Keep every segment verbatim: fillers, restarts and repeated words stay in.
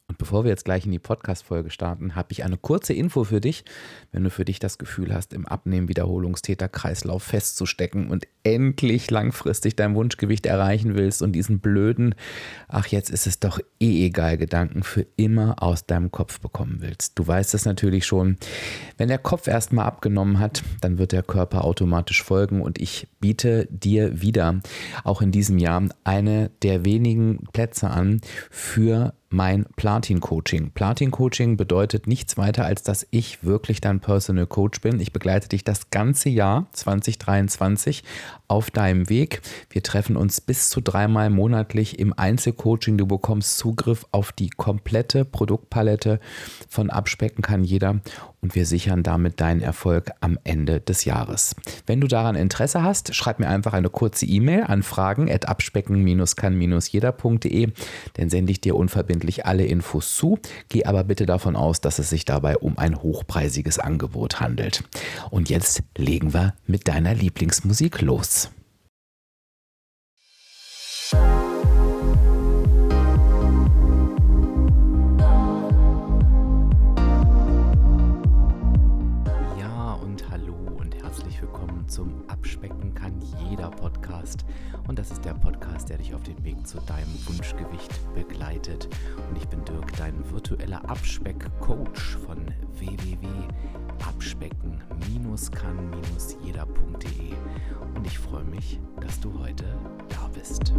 Und bevor wir jetzt gleich in die Podcast-Folge starten, habe ich eine kurze Info für dich. Wenn du für dich das Gefühl hast, im Abnehmen-Wiederholungstäter-Kreislauf festzustecken und endlich langfristig dein Wunschgewicht erreichen willst und diesen blöden, ach jetzt ist es doch eh egal Gedanken für immer aus deinem Kopf bekommen willst. Du weißt es natürlich schon, wenn der Kopf erstmal abgenommen hat, dann wird der Körper automatisch folgen und ich biete dir wieder, auch in diesem Jahr, eine der wenigen Plätze an für mein Platin-Coaching. Platin-Coaching bedeutet nichts weiter, als dass ich wirklich dein Personal Coach bin. Ich begleite dich das ganze Jahr zwanzig dreiundzwanzig auf deinem Weg. Wir treffen uns bis zu dreimal monatlich im Einzelcoaching. Du bekommst Zugriff auf die komplette Produktpalette von Abspecken kann jeder und wir sichern damit deinen Erfolg am Ende des Jahres. Wenn du daran Interesse hast, schreib mir einfach eine kurze E-Mail an fragen at abspecken kann jeder punkt de, dann sende ich dir unverbindlich alle Infos zu. Geh aber bitte davon aus, dass es sich dabei um ein hochpreisiges Angebot handelt. Und jetzt legen wir mit deiner Lieblingsmusik los. Zum Abspecken kann jeder Podcast und das ist der Podcast, der dich auf den Weg zu deinem Wunschgewicht begleitet und ich bin Dirk, dein virtueller Abspeck-Coach von w w w punkt abspecken kann jeder punkt de und ich freue mich, dass du heute da bist.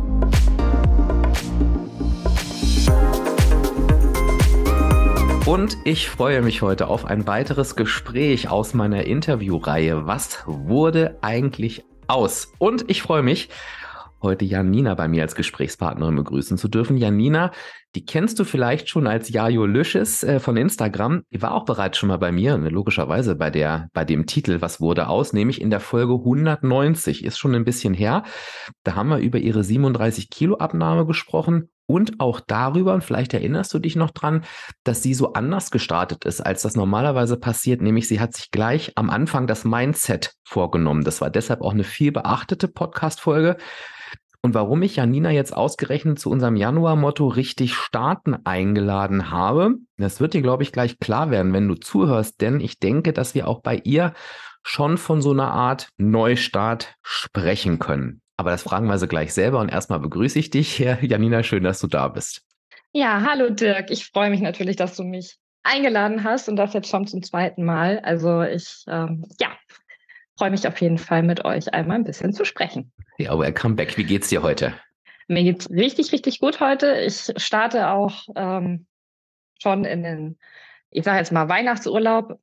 Und ich freue mich heute auf ein weiteres Gespräch aus meiner Interviewreihe. Was wurde eigentlich aus? Und ich freue mich, heute Janina bei mir als Gesprächspartnerin begrüßen zu dürfen. Janina, die kennst du vielleicht schon als Jajo Lüsches äh, von Instagram. Die war auch bereits schon mal bei mir, ne, logischerweise bei der, bei dem Titel Was wurde aus, nämlich in der Folge hundertneunzig, ist schon ein bisschen her. Da haben wir über ihre siebenunddreißig Kilo Abnahme gesprochen. Und auch darüber, und vielleicht erinnerst du dich noch dran, dass sie so anders gestartet ist, als das normalerweise passiert. Nämlich sie hat sich gleich am Anfang das Mindset vorgenommen. Das war deshalb auch eine viel beachtete Podcast-Folge. Und warum ich Janina jetzt ausgerechnet zu unserem Januar-Motto richtig starten eingeladen habe, das wird dir, glaube ich, gleich klar werden, wenn du zuhörst. Denn ich denke, dass wir auch bei ihr schon von so einer Art Neustart sprechen können. Aber das fragen wir sie gleich selber und erstmal begrüße ich dich, Janina, schön, dass du da bist. Ja, hallo Dirk, ich freue mich natürlich, dass du mich eingeladen hast und das jetzt schon zum zweiten Mal. Also ich, ähm, ja, freue mich auf jeden Fall mit euch einmal ein bisschen zu sprechen. Ja, welcome back. Wie geht's dir heute? Mir geht's richtig, richtig gut heute. Ich starte auch ähm, schon in den, ich sage jetzt mal Weihnachtsurlaub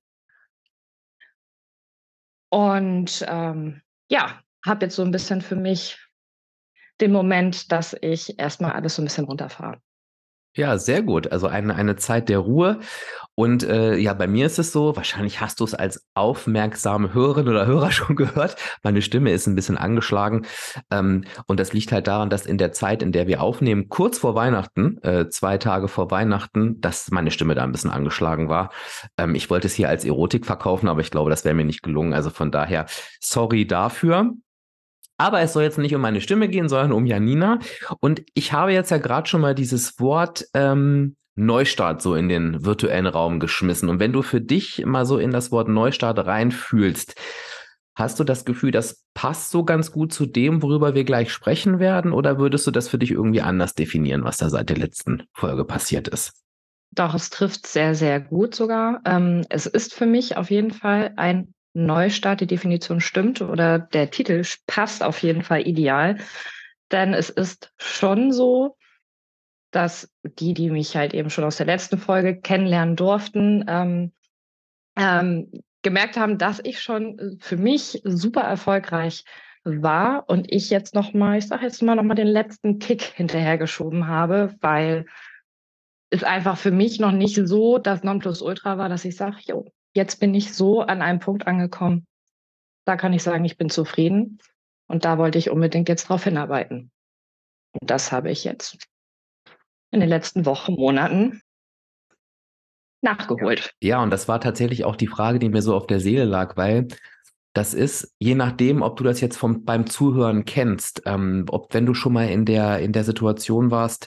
und ähm, ja, habe jetzt so ein bisschen für mich den Moment, dass ich erstmal alles so ein bisschen runterfahre. Ja, sehr gut. Also eine, eine Zeit der Ruhe. Und äh, ja, bei mir ist es so, wahrscheinlich hast du es als aufmerksame Hörerin oder Hörer schon gehört, meine Stimme ist ein bisschen angeschlagen. Ähm, und das liegt halt daran, dass in der Zeit, in der wir aufnehmen, kurz vor Weihnachten, äh, zwei Tage vor Weihnachten, dass meine Stimme da ein bisschen angeschlagen war. Ähm, ich wollte es hier als Erotik verkaufen, aber ich glaube, das wäre mir nicht gelungen. Also von daher, sorry dafür. Aber es soll jetzt nicht um meine Stimme gehen, sondern um Janina. Und ich habe jetzt ja gerade schon mal dieses Wort ähm, Neustart so in den virtuellen Raum geschmissen. Und wenn du für dich mal so in das Wort Neustart reinfühlst, hast du das Gefühl, das passt so ganz gut zu dem, worüber wir gleich sprechen werden? Oder würdest du das für dich irgendwie anders definieren, was da seit der letzten Folge passiert ist? Doch, es trifft sehr, sehr gut sogar. Ähm, es ist für mich auf jeden Fall ein Neustart, die Definition stimmt oder der Titel passt auf jeden Fall ideal, denn es ist schon so, dass die, die mich halt eben schon aus der letzten Folge kennenlernen durften, ähm, ähm, gemerkt haben, dass ich schon für mich super erfolgreich war und ich jetzt nochmal, ich sage jetzt mal nochmal den letzten Kick hinterhergeschoben habe, weil es einfach für mich noch nicht so das Nonplusultra war, dass ich sage, jo, jetzt bin ich so an einem Punkt angekommen, da kann ich sagen, ich bin zufrieden und da wollte ich unbedingt jetzt drauf hinarbeiten. Und das habe ich jetzt in den letzten Wochen, Monaten nachgeholt. Ja, und das war tatsächlich auch die Frage, die mir so auf der Seele lag, weil das ist, je nachdem, ob du das jetzt vom, beim Zuhören kennst, ähm, ob wenn du schon mal in der, in der Situation warst,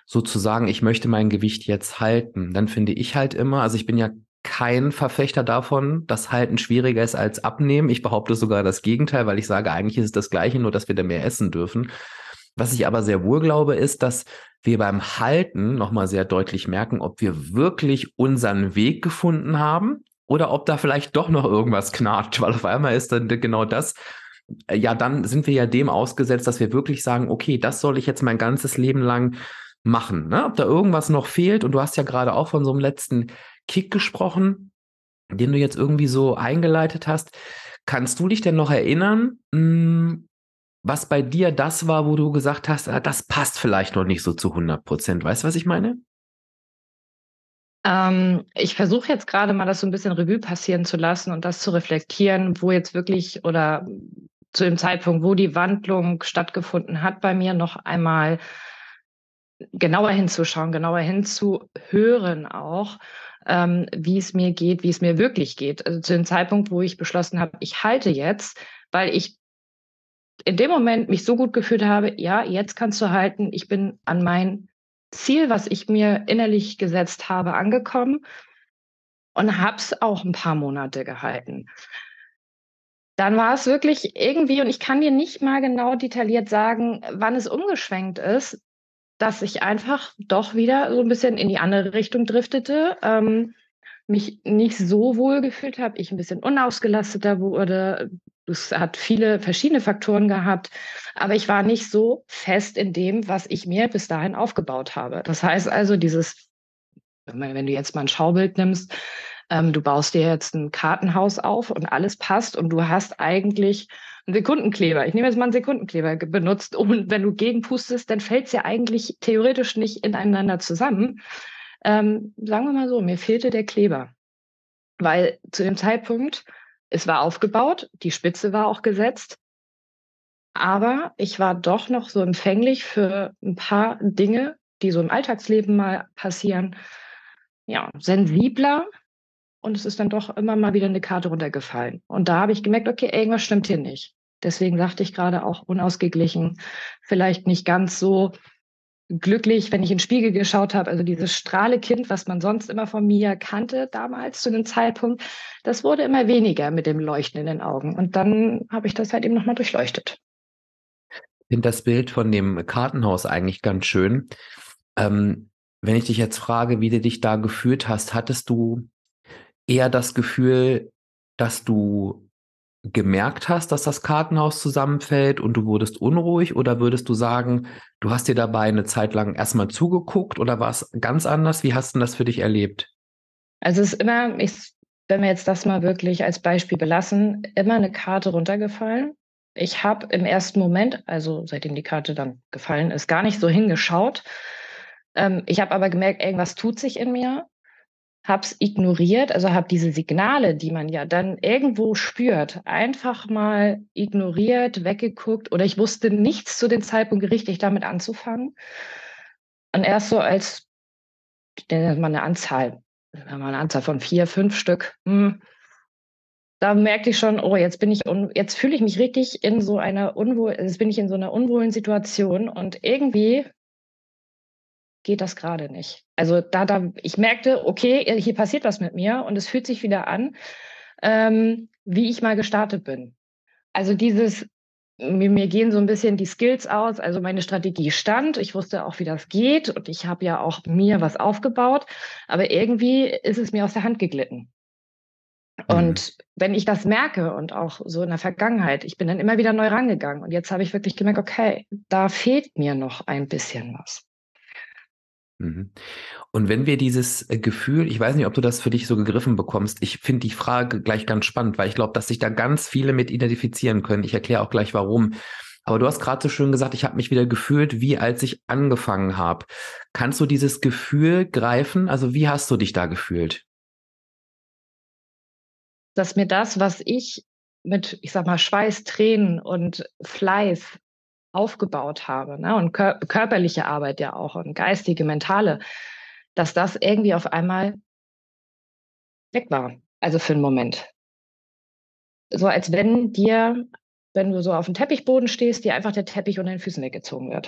sozusagen, ich möchte mein Gewicht jetzt halten, dann finde ich halt immer, also ich bin ja kein Verfechter davon, dass Halten schwieriger ist als Abnehmen. Ich behaupte sogar das Gegenteil, weil ich sage, eigentlich ist es das Gleiche, nur dass wir da mehr essen dürfen. Was ich aber sehr wohl glaube, ist, dass wir beim Halten nochmal sehr deutlich merken, ob wir wirklich unseren Weg gefunden haben oder ob da vielleicht doch noch irgendwas knatscht, weil auf einmal ist dann genau das, äh, ja, dann sind wir ja dem ausgesetzt, dass wir wirklich sagen, okay, das soll ich jetzt mein ganzes Leben lang machen, ne? Ob da irgendwas noch fehlt, und du hast ja gerade auch von so einem letzten Kick gesprochen, den du jetzt irgendwie so eingeleitet hast. Kannst du dich denn noch erinnern, mh, was bei dir das war, wo du gesagt hast, ah, das passt vielleicht noch nicht so zu hundert Prozent? Weißt du, was ich meine? Ähm, ich versuche jetzt gerade mal das so ein bisschen Revue passieren zu lassen und das zu reflektieren, wo jetzt wirklich oder zu dem Zeitpunkt, wo die Wandlung stattgefunden hat bei mir, noch einmal genauer hinzuschauen, genauer hinzuhören auch, ähm, wie es mir geht, wie es mir wirklich geht. Also zu dem Zeitpunkt, wo ich beschlossen habe, ich halte jetzt, weil ich in dem Moment mich so gut gefühlt habe, ja, jetzt kannst du halten, ich bin an mein Ziel, was ich mir innerlich gesetzt habe, angekommen und habe es auch ein paar Monate gehalten. Dann war es wirklich irgendwie, und ich kann dir nicht mal genau detailliert sagen, wann es umgeschwenkt ist, dass ich einfach doch wieder so ein bisschen in die andere Richtung driftete, ähm, mich nicht so wohl gefühlt habe, ich ein bisschen unausgelasteter wurde. Es hat viele verschiedene Faktoren gehabt, aber ich war nicht so fest in dem, was ich mir bis dahin aufgebaut habe. Das heißt also, dieses, wenn du jetzt mal ein Schaubild nimmst, ähm, du baust dir jetzt ein Kartenhaus auf und alles passt und du hast eigentlich einen Sekundenkleber. Ich nehme jetzt mal einen Sekundenkleber ge- benutzt, und wenn du gegenpustest, dann fällt es ja eigentlich theoretisch nicht ineinander zusammen. Ähm, sagen wir mal so, mir fehlte der Kleber, weil zu dem Zeitpunkt, es war aufgebaut, die Spitze war auch gesetzt, aber ich war doch noch so empfänglich für ein paar Dinge, die so im Alltagsleben mal passieren, ja, sensibler, und es ist dann doch immer mal wieder eine Karte runtergefallen. Und da habe ich gemerkt, okay, irgendwas stimmt hier nicht. Deswegen sagte ich gerade auch unausgeglichen, vielleicht nicht ganz so glücklich, wenn ich in den Spiegel geschaut habe. Also dieses Strahlekind, was man sonst immer von mir kannte damals zu dem Zeitpunkt, das wurde immer weniger mit dem Leuchten in den Augen. Und dann habe ich das halt eben nochmal durchleuchtet. Ich finde das Bild von dem Kartenhaus eigentlich ganz schön. Ähm, wenn ich dich jetzt frage, wie du dich da gefühlt hast, hattest du eher das Gefühl, dass du gemerkt hast, dass das Kartenhaus zusammenfällt und du wurdest unruhig, oder würdest du sagen, du hast dir dabei eine Zeit lang erstmal zugeguckt, oder war es ganz anders? Wie hast du das für dich erlebt? Also es ist immer, ich, wenn wir jetzt das mal wirklich als Beispiel belassen, immer eine Karte runtergefallen. Ich habe im ersten Moment, also seitdem die Karte dann gefallen ist, gar nicht so hingeschaut. Ähm, ich habe aber gemerkt, irgendwas tut sich in mir, habe es ignoriert, also habe diese Signale, die man ja dann irgendwo spürt, einfach mal ignoriert, weggeguckt, oder ich wusste nichts zu dem Zeitpunkt richtig damit anzufangen. Und erst so als, ich nenne das mal eine Anzahl, sagen wir mal eine Anzahl von vier, fünf Stück, hm, da merkte ich schon, oh, jetzt bin ich un jetzt fühle ich mich richtig in so einer unwohl, jetzt bin ich in so einer unwohlen Situation und irgendwie geht das gerade nicht. Also da, da, ich merkte, okay, hier passiert was mit mir und es fühlt sich wieder an, ähm, wie ich mal gestartet bin. Also dieses, mir, mir gehen so ein bisschen die Skills aus, also meine Strategie stand, ich wusste auch, wie das geht, und ich habe ja auch mir was aufgebaut, aber irgendwie ist es mir aus der Hand geglitten. Mhm. Und wenn ich das merke und auch so in der Vergangenheit, ich bin dann immer wieder neu rangegangen und jetzt habe ich wirklich gemerkt, okay, da fehlt mir noch ein bisschen was. Mhm. Und wenn wir dieses äh, Gefühl, ich weiß nicht, ob du das für dich so gegriffen bekommst, ich finde die Frage gleich ganz spannend, weil ich glaube, dass sich da ganz viele mit identifizieren können. Ich erkläre auch gleich warum. Aber du hast gerade so schön gesagt, ich habe mich wieder gefühlt, wie als ich angefangen habe. Kannst du dieses Gefühl greifen? Also wie hast du dich da gefühlt? Dass mir das, was ich mit, ich sag mal, Schweiß, Tränen und Fleiß aufgebaut habe, ne, und kör körperliche Arbeit ja auch und geistige, mentale, dass das irgendwie auf einmal weg war. Also für einen Moment. So als wenn dir, wenn du so auf dem Teppichboden stehst, dir einfach der Teppich unter den Füßen weggezogen wird.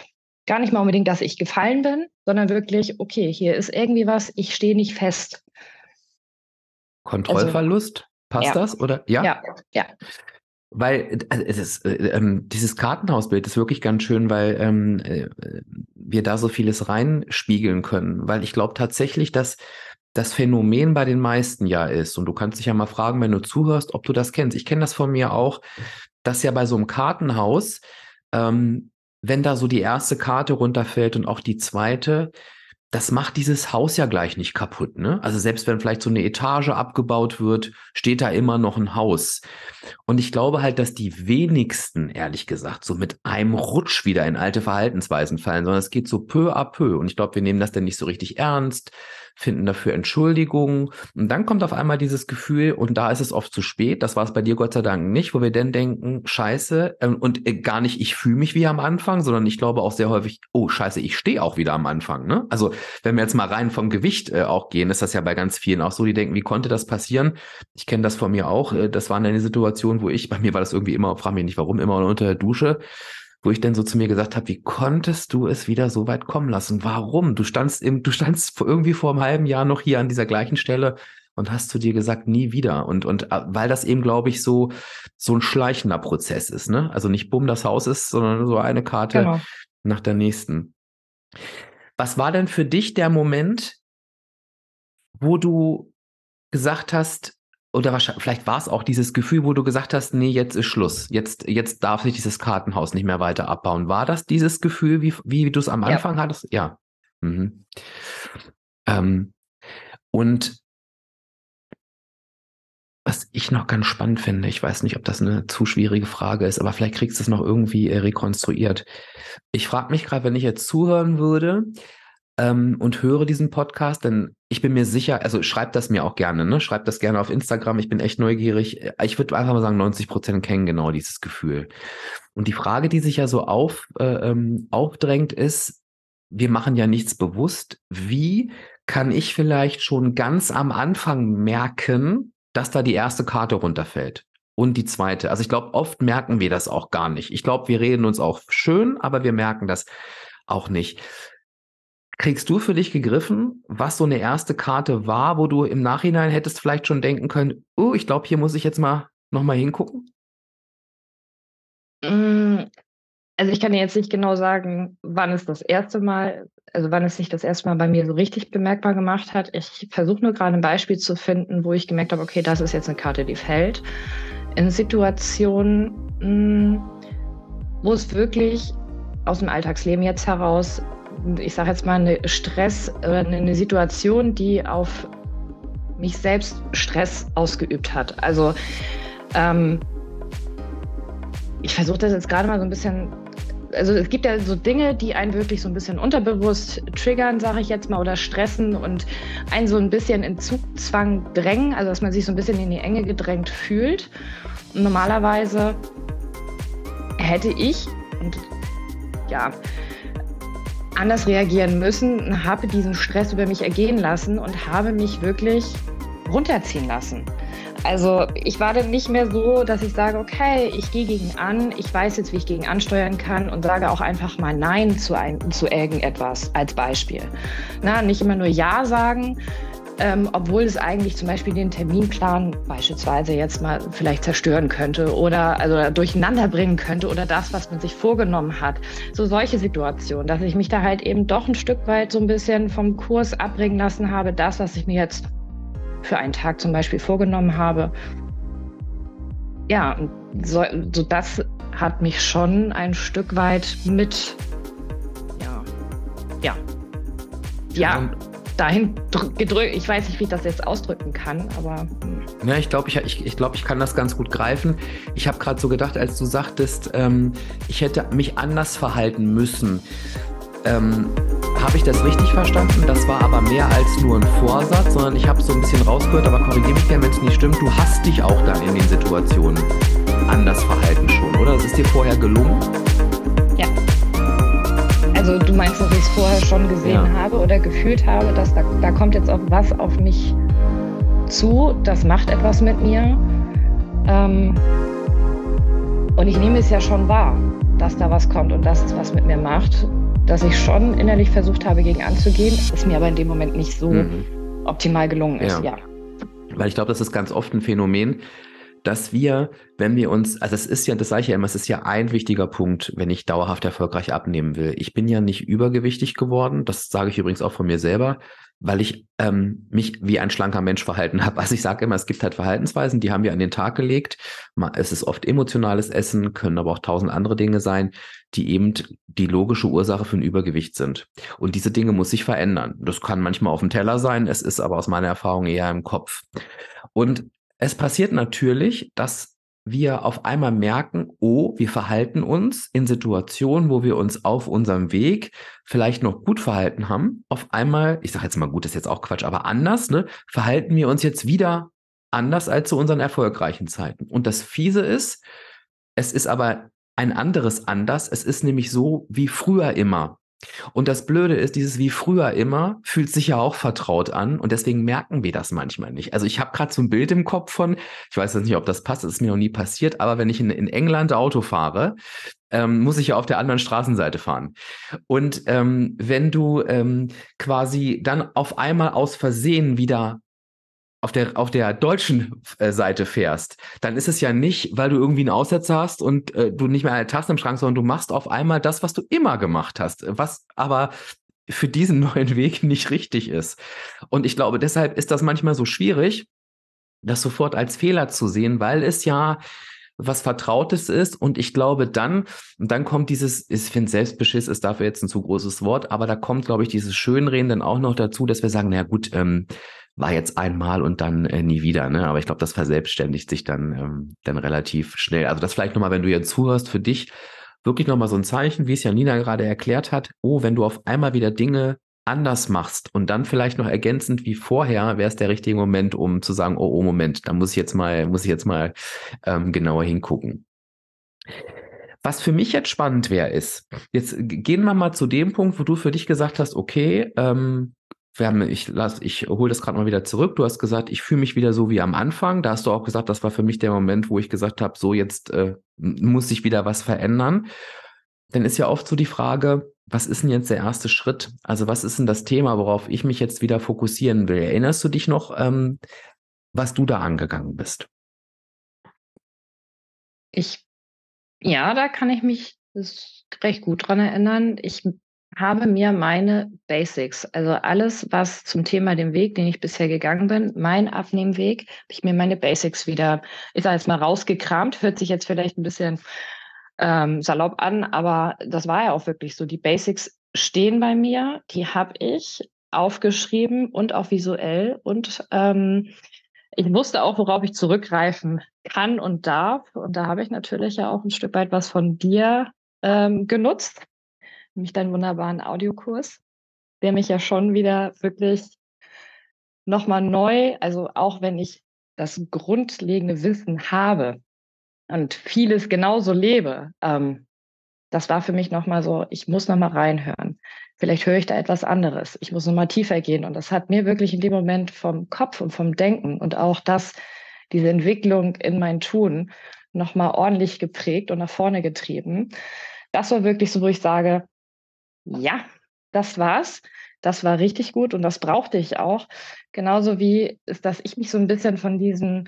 gar nicht mal unbedingt, dass ich gefallen bin, sondern wirklich, okay, hier ist irgendwie was, ich stehe nicht fest. Kontrollverlust, also, passt ja. das? Oder? Ja, ja. ja. Weil also es ist, äh, äh, dieses Kartenhausbild ist wirklich ganz schön, weil ähm, äh, wir da so vieles reinspiegeln können. Weil ich glaube tatsächlich, dass das Phänomen bei den meisten ja ist, und du kannst dich ja mal fragen, wenn du zuhörst, ob du das kennst. Ich kenne das von mir auch, dass ja bei so einem Kartenhaus, ähm, wenn da so die erste Karte runterfällt und auch die zweite, das macht dieses Haus ja gleich nicht kaputt, ne? Also selbst wenn vielleicht so eine Etage abgebaut wird, steht da immer noch ein Haus. Und ich glaube halt, dass die wenigsten, ehrlich gesagt, so mit einem Rutsch wieder in alte Verhaltensweisen fallen, sondern es geht so peu à peu. Und ich glaube, wir nehmen das dann nicht so richtig ernst, finden dafür Entschuldigungen. Und dann kommt auf einmal dieses Gefühl, und da ist es oft zu spät, das war es bei dir Gott sei Dank nicht, wo wir dann denken, scheiße, ähm, und äh, gar nicht, ich fühle mich wie am Anfang, sondern ich glaube auch sehr häufig, oh scheiße, ich stehe auch wieder am Anfang, ne? Also wenn wir jetzt mal rein vom Gewicht äh, auch gehen, ist das ja bei ganz vielen auch so, die denken, wie konnte das passieren? Ich kenne das von mir auch, äh, das war eine Situation, wo ich, bei mir war das irgendwie immer, frag mich nicht warum, immer unter der Dusche, wo ich dann so zu mir gesagt habe, wie konntest du es wieder so weit kommen lassen? Warum? Du standst im, du standst irgendwie vor einem halben Jahr noch hier an dieser gleichen Stelle und hast zu dir gesagt, nie wieder. Und, und weil das eben, glaube ich, so, so ein schleichender Prozess ist, ne? Also nicht bumm, das Haus ist, sondern so eine Karte genau. nach der nächsten. Was war denn für dich der Moment, wo du gesagt hast, oder wahrscheinlich, vielleicht war es auch dieses Gefühl, wo du gesagt hast, nee, jetzt ist Schluss. Jetzt, jetzt darf sich dieses Kartenhaus nicht mehr weiter abbauen. War das dieses Gefühl, wie, wie du es am Anfang ja. hattest? Ja. Mhm. Ähm, und was ich noch ganz spannend finde, ich weiß nicht, ob das eine zu schwierige Frage ist, aber vielleicht kriegst du es noch irgendwie äh, rekonstruiert. Ich frage mich gerade, wenn ich jetzt zuhören würde, Ähm, und höre diesen Podcast, denn ich bin mir sicher, also schreibt das mir auch gerne, ne? Schreibt das gerne auf Instagram, ich bin echt neugierig. Ich würde einfach mal sagen, neunzig Prozent kennen genau dieses Gefühl. Und die Frage, die sich ja so auf, äh, ähm, aufdrängt, ist, wir machen ja nichts bewusst. Wie kann ich vielleicht schon ganz am Anfang merken, dass da die erste Karte runterfällt? Und die zweite. Also ich glaube, oft merken wir das auch gar nicht. Ich glaube, wir reden uns auch schön, aber wir merken das auch nicht. Kriegst du für dich gegriffen, was so eine erste Karte war, wo du im Nachhinein hättest vielleicht schon denken können, oh, ich glaube, hier muss ich jetzt mal nochmal hingucken? Also ich kann dir jetzt nicht genau sagen, wann es das erste Mal, also wann es sich das erste Mal bei mir so richtig bemerkbar gemacht hat. Ich versuche nur gerade ein Beispiel zu finden, wo ich gemerkt habe, okay, das ist jetzt eine Karte, die fällt. In Situationen, wo es wirklich aus dem Alltagsleben jetzt heraus, ich sage jetzt mal, eine Stress, eine Situation, die auf mich selbst Stress ausgeübt hat. Also ähm, ich versuche das jetzt gerade mal so ein bisschen, also es gibt ja so Dinge, die einen wirklich so ein bisschen unterbewusst triggern, sage ich jetzt mal, oder stressen und einen so ein bisschen in Zugzwang drängen, also dass man sich so ein bisschen in die Enge gedrängt fühlt. Und normalerweise hätte ich, und ja, anders reagieren müssen, habe diesen Stress über mich ergehen lassen und habe mich wirklich runterziehen lassen. Also ich war dann nicht mehr so, dass ich sage, okay, ich gehe gegen an, ich weiß jetzt, wie ich gegen ansteuern kann und sage auch einfach mal Nein zu, ein, zu irgendetwas als Beispiel. Na, nicht immer nur Ja sagen, ähm, obwohl es eigentlich zum Beispiel den Terminplan beispielsweise jetzt mal vielleicht zerstören könnte oder also durcheinander bringen könnte oder das, was man sich vorgenommen hat. So solche Situationen, dass ich mich da halt eben doch ein Stück weit so ein bisschen vom Kurs abbringen lassen habe, das, was ich mir jetzt für einen Tag zum Beispiel vorgenommen habe. Ja, so, so das hat mich schon ein Stück weit mit, ja, ja, ja, dahin gedrückt. Ich weiß nicht, wie ich das jetzt ausdrücken kann, aber... Ja, ich glaube, ich, ich, ich, glaub, ich kann das ganz gut greifen. Ich habe gerade so gedacht, als du sagtest, ähm, ich hätte mich anders verhalten müssen. Ähm, habe ich das richtig verstanden? Das war aber mehr als nur ein Vorsatz, sondern ich habe so ein bisschen rausgehört, aber korrigiere mich gerne, wenn es nicht stimmt, du hast dich auch dann in den Situationen anders verhalten schon, oder? Das ist dir vorher gelungen? Ja. Also du meinst, dass ich es vorher schon gesehen ja. habe oder gefühlt habe, dass da, da kommt jetzt auch was auf mich zu, das macht etwas mit mir. Ähm, und ich nehme es ja schon wahr, dass da was kommt und dass es was mit mir macht. dass ich schon innerlich versucht habe, gegen anzugehen, es mir aber in dem Moment nicht so mhm. optimal gelungen ist, ja. ja. Weil ich glaube, das ist ganz oft ein Phänomen, dass wir, wenn wir uns, also es ist ja, das sage ich ja immer, es ist ja ein wichtiger Punkt, wenn ich dauerhaft erfolgreich abnehmen will. Ich bin ja nicht übergewichtig geworden, das sage ich übrigens auch von mir selber, weil ich ähm, mich wie ein schlanker Mensch verhalten habe. Also ich sage immer, es gibt halt Verhaltensweisen, die haben wir an den Tag gelegt. Es ist oft emotionales Essen, können aber auch tausend andere Dinge sein, die eben die logische Ursache für ein Übergewicht sind. Und diese Dinge muss sich verändern. Das kann manchmal auf dem Teller sein, es ist aber aus meiner Erfahrung eher im Kopf. Und es passiert natürlich, dass wir auf einmal merken, oh, wir verhalten uns in Situationen, wo wir uns auf unserem Weg vielleicht noch gut verhalten haben. Auf einmal, ich sage jetzt mal gut, das ist jetzt auch Quatsch, aber anders, ne, verhalten wir uns jetzt wieder anders als zu unseren erfolgreichen Zeiten. Und das Fiese ist, es ist aber ein anderes anders. Es ist nämlich so wie früher immer. Und das Blöde ist, dieses wie früher immer fühlt sich ja auch vertraut an und deswegen merken wir das manchmal nicht. Also ich habe gerade so ein Bild im Kopf von, ich weiß jetzt nicht, ob das passt, das ist mir noch nie passiert, aber wenn ich in, in England Auto fahre, ähm, muss ich ja auf der anderen Straßenseite fahren. Und ähm, wenn du ähm, quasi dann auf einmal aus Versehen wieder auf der, auf der deutschen äh, Seite fährst, dann ist es ja nicht, weil du irgendwie einen Aussetzer hast und äh, du nicht mehr eine Tasse im Schrank, sondern du machst auf einmal das, was du immer gemacht hast, was aber für diesen neuen Weg nicht richtig ist. Und ich glaube, deshalb ist das manchmal so schwierig, das sofort als Fehler zu sehen, weil es ja was Vertrautes ist und ich glaube dann, und dann kommt dieses, ich finde Selbstbeschiss ist dafür jetzt ein zu großes Wort, aber da kommt, glaube ich, dieses Schönreden dann auch noch dazu, dass wir sagen, na gut, ähm, war jetzt einmal und dann äh, nie wieder, ne? Aber ich glaube, das verselbstständigt sich dann, ähm, dann relativ schnell. Also das vielleicht nochmal, wenn du jetzt zuhörst, für dich wirklich nochmal so ein Zeichen, wie es Janina gerade erklärt hat, oh, wenn du auf einmal wieder Dinge anders machst und dann vielleicht noch ergänzend wie vorher, wäre es der richtige Moment, um zu sagen, oh, oh, Moment, da muss ich jetzt mal, muss ich jetzt mal ähm, genauer hingucken. Was für mich jetzt spannend wäre, ist, jetzt gehen wir mal zu dem Punkt, wo du für dich gesagt hast, okay, ähm, wir haben, ich lass, ich hole das gerade mal wieder zurück. Du hast gesagt, ich fühle mich wieder so wie am Anfang. Da hast du auch gesagt, das war für mich der Moment, wo ich gesagt habe, so jetzt äh, muss sich wieder was verändern. Dann ist ja oft so die Frage, was ist denn jetzt der erste Schritt? Also was ist denn das Thema, worauf ich mich jetzt wieder fokussieren will? Erinnerst du dich noch, ähm, was du da angegangen bist? Ich, ja, da kann ich mich recht gut dran erinnern. Ich habe mir meine Basics, also alles, was zum Thema dem Weg, den ich bisher gegangen bin, mein Abnehmweg, habe ich mir meine Basics wieder, ich sage jetzt mal, rausgekramt. Hört sich jetzt vielleicht ein bisschen ähm, salopp an, aber das war ja auch wirklich so. Die Basics stehen bei mir, die habe ich aufgeschrieben und auch visuell und ähm, ich wusste auch, worauf ich zurückgreifen kann und darf. Und da habe ich natürlich ja auch ein Stück weit was von dir ähm, genutzt, nämlich deinen wunderbaren Audiokurs, der mich ja schon wieder wirklich nochmal neu, also auch wenn ich das grundlegende Wissen habe und vieles genauso lebe, ähm, das war für mich nochmal so, ich muss nochmal reinhören. Vielleicht höre ich da etwas anderes. Ich muss nochmal tiefer gehen. Und das hat mir wirklich in dem Moment vom Kopf und vom Denken und auch das, diese Entwicklung in mein Tun nochmal ordentlich geprägt und nach vorne getrieben. Das war wirklich so, wo ich sage, ja, das war's. Das war richtig gut und das brauchte ich auch. Genauso wie ist, dass ich mich so ein bisschen von diesem,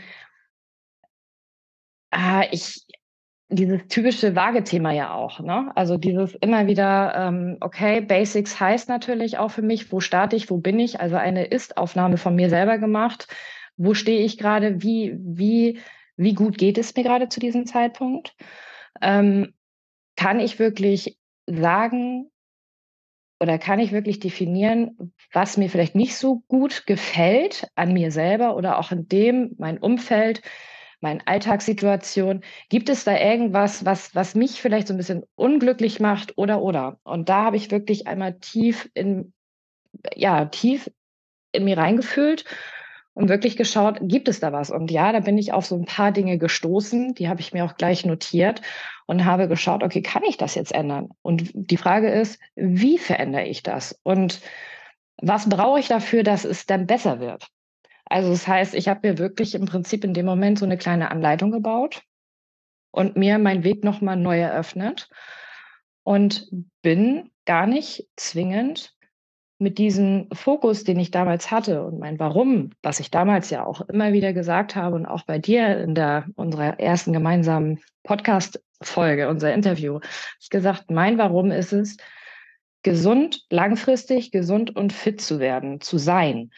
ah, ich, dieses typische Waage-Thema ja auch, ne? Also dieses immer wieder, ähm, okay, Basics heißt natürlich auch für mich, wo starte ich, wo bin ich? Also eine Ist-Aufnahme von mir selber gemacht. Wo stehe ich gerade? Wie, wie, wie gut geht es mir gerade zu diesem Zeitpunkt? Ähm, kann ich wirklich sagen oder kann ich wirklich definieren, was mir vielleicht nicht so gut gefällt an mir selber oder auch in dem, mein Umfeld, meine Alltagssituation? Gibt es da irgendwas, was, was mich vielleicht so ein bisschen unglücklich macht oder oder? Und da habe ich wirklich einmal tief in, ja, tief in mir reingefühlt und wirklich geschaut, gibt es da was? Und ja, da bin ich auf so ein paar Dinge gestoßen, die habe ich mir auch gleich notiert und habe geschaut, okay, kann ich das jetzt ändern? Und die Frage ist, wie verändere ich das? Und was brauche ich dafür, dass es dann besser wird? Also das heißt, ich habe mir wirklich im Prinzip in dem Moment so eine kleine Anleitung gebaut und mir meinen Weg nochmal neu eröffnet und bin gar nicht zwingend mit diesem Fokus, den ich damals hatte und mein Warum, was ich damals ja auch immer wieder gesagt habe und auch bei dir in der unserer ersten gemeinsamen Podcast-Folge, unser Interview, habe ich gesagt, mein Warum ist es, gesund, langfristig gesund und fit zu werden, zu sein.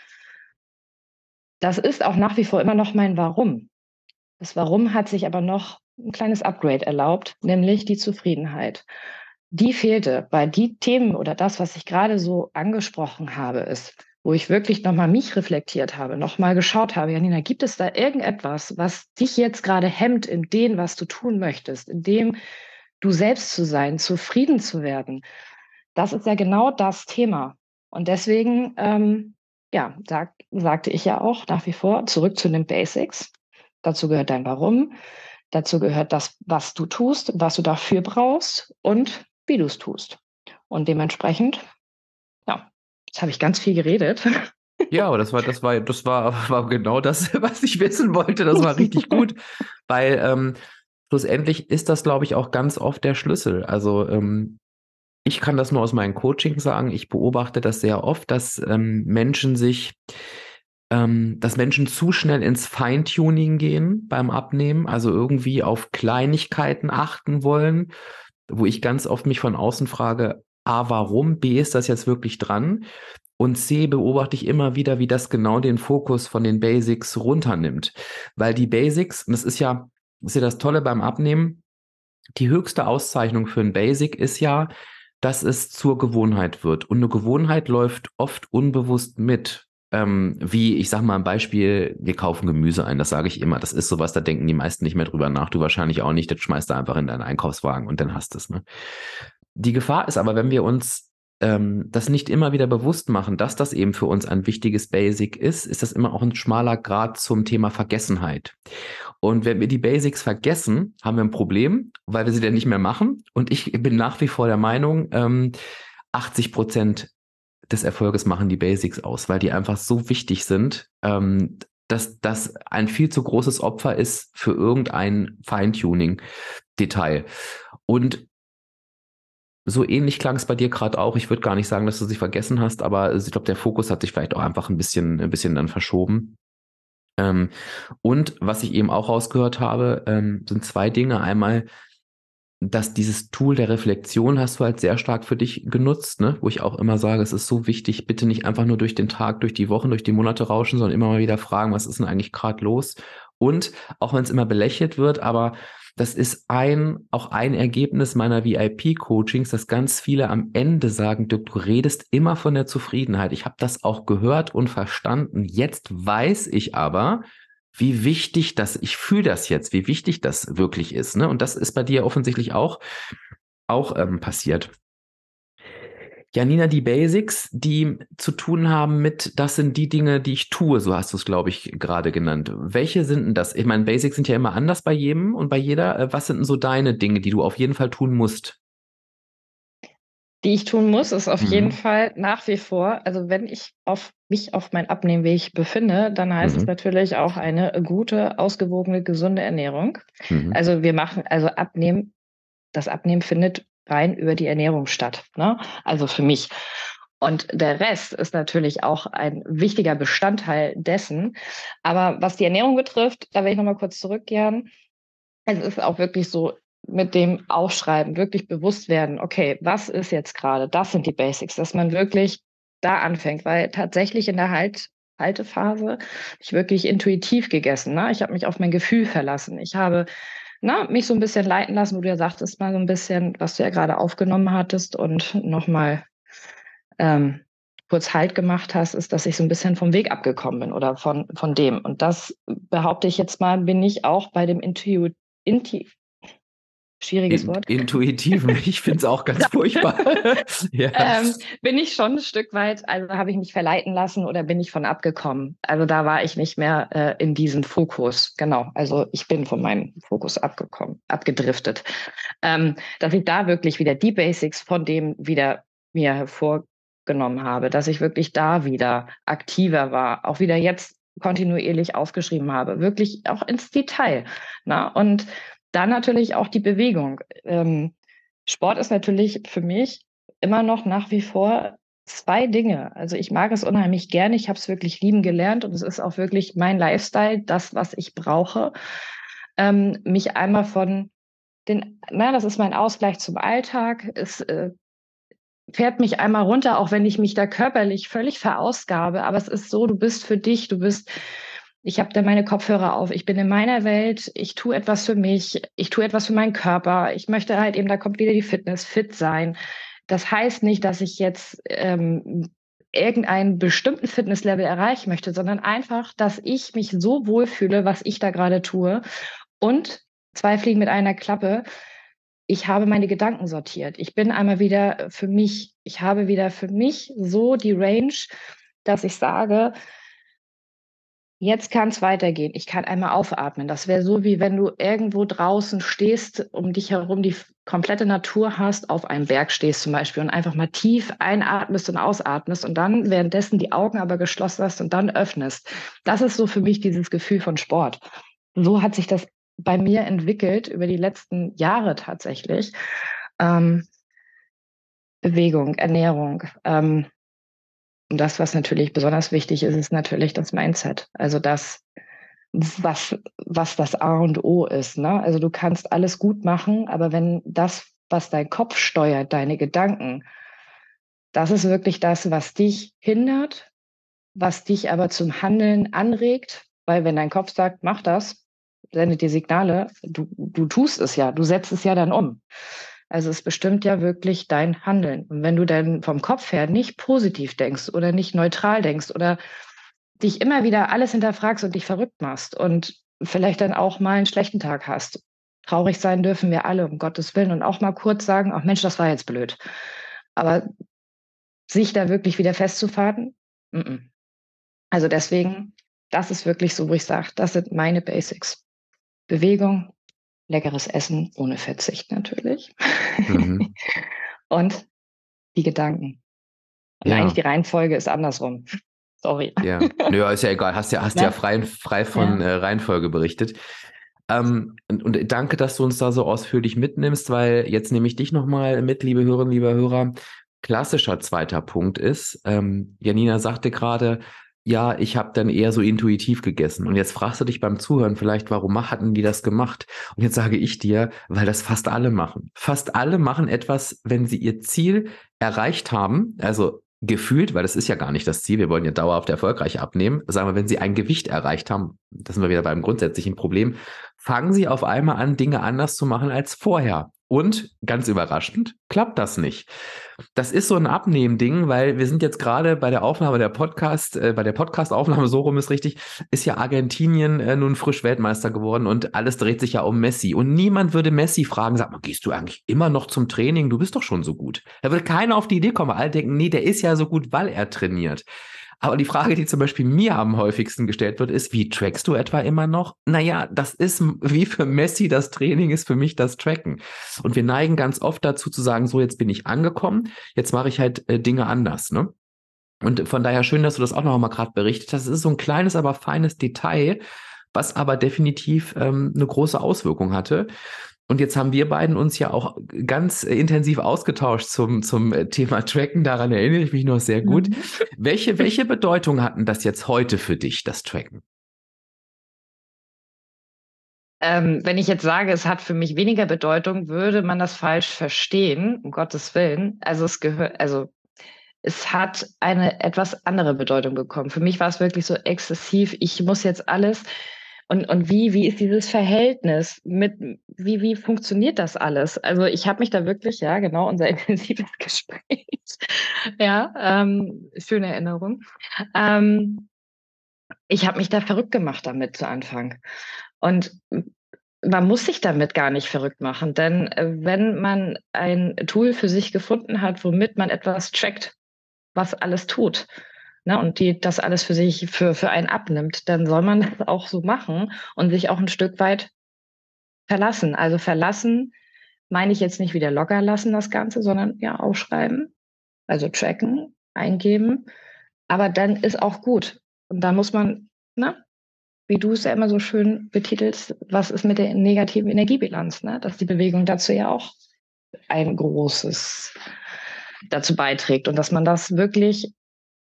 Das ist auch nach wie vor immer noch mein Warum. Das Warum hat sich aber noch ein kleines Upgrade erlaubt, nämlich die Zufriedenheit. Die fehlte, weil die Themen oder das, was ich gerade so angesprochen habe, ist, wo ich wirklich nochmal mich reflektiert habe, nochmal geschaut habe, Janina, gibt es da irgendetwas, was dich jetzt gerade hemmt in dem, was du tun möchtest, in dem du selbst zu sein, zufrieden zu werden? Das ist ja genau das Thema. Und deswegen, ähm, ja, sag, sagte ich ja auch nach wie vor, zurück zu den Basics. Dazu gehört dein Warum, dazu gehört das, was du tust, was du dafür brauchst und wie du es tust. Und dementsprechend, ja, jetzt habe ich ganz viel geredet. Ja, aber das war, das war, das war, war genau das, was ich wissen wollte. Das war richtig gut, weil ähm, schlussendlich ist das, glaube ich, auch ganz oft der Schlüssel. Also ähm, ich kann das nur aus meinen Coachings sagen. Ich beobachte das sehr oft, dass ähm, Menschen sich, ähm, dass Menschen zu schnell ins Feintuning gehen beim Abnehmen, also irgendwie auf Kleinigkeiten achten wollen, wo ich ganz oft mich von außen frage, A, warum? B, ist das jetzt wirklich dran? Und C, beobachte ich immer wieder, wie das genau den Fokus von den Basics runternimmt. Weil die Basics, und das ist ja, das ist ja das Tolle beim Abnehmen, die höchste Auszeichnung für ein Basic ist ja, dass es zur Gewohnheit wird. Und eine Gewohnheit läuft oft unbewusst mit. Ähm, wie, ich sag mal ein Beispiel, wir kaufen Gemüse ein, das sage ich immer. Das ist sowas, da denken die meisten nicht mehr drüber nach. Du wahrscheinlich auch nicht, das schmeißt du einfach in deinen Einkaufswagen und dann hast du es. Ne? Die Gefahr ist aber, wenn wir uns ähm, das nicht immer wieder bewusst machen, dass das eben für uns ein wichtiges Basic ist, ist das immer auch ein schmaler Grad zum Thema Vergessenheit. Und wenn wir die Basics vergessen, haben wir ein Problem, weil wir sie dann nicht mehr machen. Und ich bin nach wie vor der Meinung, ähm, achtzig Prozent des Erfolges machen die Basics aus, weil die einfach so wichtig sind, ähm, dass das ein viel zu großes Opfer ist für irgendein Feintuning-Detail. Und so ähnlich klang es bei dir gerade auch. Ich würde gar nicht sagen, dass du sie vergessen hast, aber ich glaube, der Fokus hat sich vielleicht auch einfach ein bisschen, ein bisschen dann verschoben. Ähm, und was ich eben auch rausgehört habe, ähm, sind zwei Dinge. Einmal, dass dieses Tool der Reflexion hast du halt sehr stark für dich genutzt, ne? Wo ich auch immer sage, es ist so wichtig, bitte nicht einfach nur durch den Tag, durch die Wochen, durch die Monate rauschen, sondern immer mal wieder fragen, was ist denn eigentlich gerade los? Und auch wenn es immer belächelt wird, aber das ist ein, auch ein Ergebnis meiner V I P-Coachings, dass ganz viele am Ende sagen, Dirk, du redest immer von der Zufriedenheit. Ich habe das auch gehört und verstanden. Jetzt weiß ich aber, wie wichtig das, ich fühle das jetzt, wie wichtig das wirklich ist. Ne? Und das ist bei dir offensichtlich auch, auch ähm, passiert. Janina, die Basics, die zu tun haben mit, das sind die Dinge, die ich tue, so hast du es, glaube ich, gerade genannt. Welche sind denn das? Ich meine, Basics sind ja immer anders bei jedem und bei jeder. Was sind denn so deine Dinge, die du auf jeden Fall tun musst? Die ich tun muss, ist auf jeden Mhm. Fall nach wie vor, also wenn ich auf mich auf meinen Abnehmweg befinde, dann heißt es Mhm. natürlich auch eine gute, ausgewogene, gesunde Ernährung. Mhm. Also wir machen, also Abnehmen, das Abnehmen findet rein über die Ernährung statt, ne? Also für mich. Und der Rest ist natürlich auch ein wichtiger Bestandteil dessen. Aber was die Ernährung betrifft, da will ich nochmal kurz zurückkehren. Es ist auch wirklich so mit dem Aufschreiben, wirklich bewusst werden, okay, was ist jetzt gerade? Das sind die Basics, dass man wirklich da anfängt, weil tatsächlich in der halt Haltephase habe ich wirklich intuitiv gegessen. Ne? Ich habe mich auf mein Gefühl verlassen. Ich habe na, mich so ein bisschen leiten lassen, wo du ja sagtest mal so ein bisschen, was du ja gerade aufgenommen hattest und nochmal ähm, kurz Halt gemacht hast, ist, dass ich so ein bisschen vom Weg abgekommen bin oder von, von dem. Und das behaupte ich jetzt mal, bin ich auch bei dem Intu Inti schwieriges In, Wort, intuitiven, ich finde es auch ganz furchtbar. Ja. ähm, bin ich schon ein Stück weit, also habe ich mich verleiten lassen oder bin ich von abgekommen? Also da war ich nicht mehr äh, in diesem Fokus. Genau, also ich bin von meinem Fokus abgekommen, abgedriftet. Ähm, dass ich da wirklich wieder die Basics von dem wieder mir hervorgenommen habe, dass ich wirklich da wieder aktiver war, auch wieder jetzt kontinuierlich aufgeschrieben habe, wirklich auch ins Detail. Na? Und dann natürlich auch die Bewegung. Ähm, Sport ist natürlich für mich immer noch nach wie vor zwei Dinge. Also ich mag es unheimlich gerne. Ich habe es wirklich lieben gelernt und es ist auch wirklich mein Lifestyle, das, was ich brauche. Ähm, mich einmal von den, na, das ist mein Ausgleich zum Alltag. Es äh, fährt mich einmal runter, auch wenn ich mich da körperlich völlig verausgabe. Aber es ist so, du bist für dich, du bist, ich habe da meine Kopfhörer auf, ich bin in meiner Welt, ich tue etwas für mich, ich tue etwas für meinen Körper. Ich möchte halt eben, da kommt wieder die Fitness, fit sein. Das heißt nicht, dass ich jetzt ähm, irgendeinen bestimmten Fitnesslevel erreichen möchte, sondern einfach, dass ich mich so wohlfühle, was ich da gerade tue. Und zwei Fliegen mit einer Klappe. Ich habe meine Gedanken sortiert. Ich bin einmal wieder für mich. Ich habe wieder für mich so die Range, dass ich sage, jetzt kann es weitergehen. Ich kann einmal aufatmen. Das wäre so, wie wenn du irgendwo draußen stehst, um dich herum die komplette Natur hast, auf einem Berg stehst zum Beispiel und einfach mal tief einatmest und ausatmest und dann währenddessen die Augen aber geschlossen hast und dann öffnest. Das ist so für mich dieses Gefühl von Sport. So hat sich das bei mir entwickelt über die letzten Jahre tatsächlich. Ähm, Bewegung, Ernährung. Ähm, und das, was natürlich besonders wichtig ist, ist natürlich das Mindset. Also das, was, was das A und O ist. Ne? Also du kannst alles gut machen, aber wenn das, was dein Kopf steuert, deine Gedanken, das ist wirklich das, was dich hindert, was dich aber zum Handeln anregt, weil wenn dein Kopf sagt, mach das, sendet dir Signale, du, du tust es ja, du setzt es ja dann um. Also es bestimmt ja wirklich dein Handeln. Und wenn du dann vom Kopf her nicht positiv denkst oder nicht neutral denkst oder dich immer wieder alles hinterfragst und dich verrückt machst und vielleicht dann auch mal einen schlechten Tag hast. Traurig sein dürfen wir alle, um Gottes Willen. Und auch mal kurz sagen, ach Mensch, das war jetzt blöd. Aber sich da wirklich wieder festzufahren, mm-mm. Also deswegen, das ist wirklich so, wo ich sage, das sind meine Basics. Bewegung, leckeres Essen, ohne Verzicht natürlich. Mhm. Und die Gedanken. Und eigentlich Ja, die Reihenfolge ist andersrum. Sorry. ja. Nö, ist ja egal. Hast ja, hast ja Ne? frei, frei von Ja. äh, Reihenfolge berichtet. Ähm, und, und danke, dass du uns da so ausführlich mitnimmst, weil jetzt nehme ich dich nochmal mit, liebe Hörerinnen, lieber Hörer. Klassischer zweiter Punkt ist, ähm, Janina sagte gerade, ja, ich habe dann eher so intuitiv gegessen. Und jetzt fragst du dich beim Zuhören vielleicht, warum hatten die das gemacht? Und jetzt sage ich dir, weil das fast alle machen. Fast alle machen etwas, wenn sie ihr Ziel erreicht haben, also gefühlt, weil das ist ja gar nicht das Ziel, wir wollen ja dauerhaft erfolgreich abnehmen, sagen wir, wenn sie ein Gewicht erreicht haben, das sind wir wieder beim grundsätzlichen Problem, fangen sie auf einmal an, Dinge anders zu machen als vorher. Und ganz überraschend, klappt das nicht. Das ist so ein Abnehmen-Ding, weil wir sind jetzt gerade bei der Aufnahme der Podcast, äh, bei der Podcast-Aufnahme, so rum ist richtig, ist ja Argentinien äh, nun frisch Weltmeister geworden und alles dreht sich ja um Messi. Und niemand würde Messi fragen, sag mal, gehst du eigentlich immer noch zum Training? Du bist doch schon so gut. Da würde keiner auf die Idee kommen, weil alle denken, nee, der ist ja so gut, weil er trainiert. Aber die Frage, die zum Beispiel mir am häufigsten gestellt wird, ist, wie trackst du etwa immer noch? Naja, das ist wie für Messi das Training ist für mich das Tracken. Und wir neigen ganz oft dazu zu sagen, so jetzt bin ich angekommen, jetzt mache ich halt äh, Dinge anders, ne? Und von daher schön, dass du das auch noch mal gerade berichtet hast. Es ist so ein kleines, aber feines Detail, was aber definitiv ähm, eine große Auswirkung hatte. Und jetzt haben wir beiden uns ja auch ganz intensiv ausgetauscht zum, zum Thema Tracken. Daran erinnere ich mich noch sehr gut. Mhm. Welche, welche Bedeutung hatten das jetzt heute für dich, das Tracken? Ähm, wenn ich jetzt sage, es hat für mich weniger Bedeutung, würde man das falsch verstehen, um Gottes Willen. Also es gehört, also es hat eine etwas andere Bedeutung bekommen. Für mich war es wirklich so exzessiv. Ich muss jetzt alles und, und wie, wie ist dieses Verhältnis mit, wie, wie funktioniert das alles? Also ich habe mich da wirklich, ja, genau, unser intensives Gespräch. Ja, ähm, schöne Erinnerung. Ähm, ich habe mich da verrückt gemacht damit zu Anfang. Und man muss sich damit gar nicht verrückt machen, denn äh, wenn man ein Tool für sich gefunden hat, womit man etwas trackt, was alles tut, ne, und die das alles für sich, für, für einen abnimmt, dann soll man das auch so machen und sich auch ein Stück weit verlassen. Also verlassen meine ich jetzt nicht wieder locker lassen, das Ganze, sondern ja, aufschreiben, also tracken, eingeben. Aber dann ist auch gut. Und dann muss man, ne, wie du es ja immer so schön betitelst, was ist mit der negativen Energiebilanz, ne? Dass die Bewegung dazu ja auch ein großes, dazu beiträgt und dass man das wirklich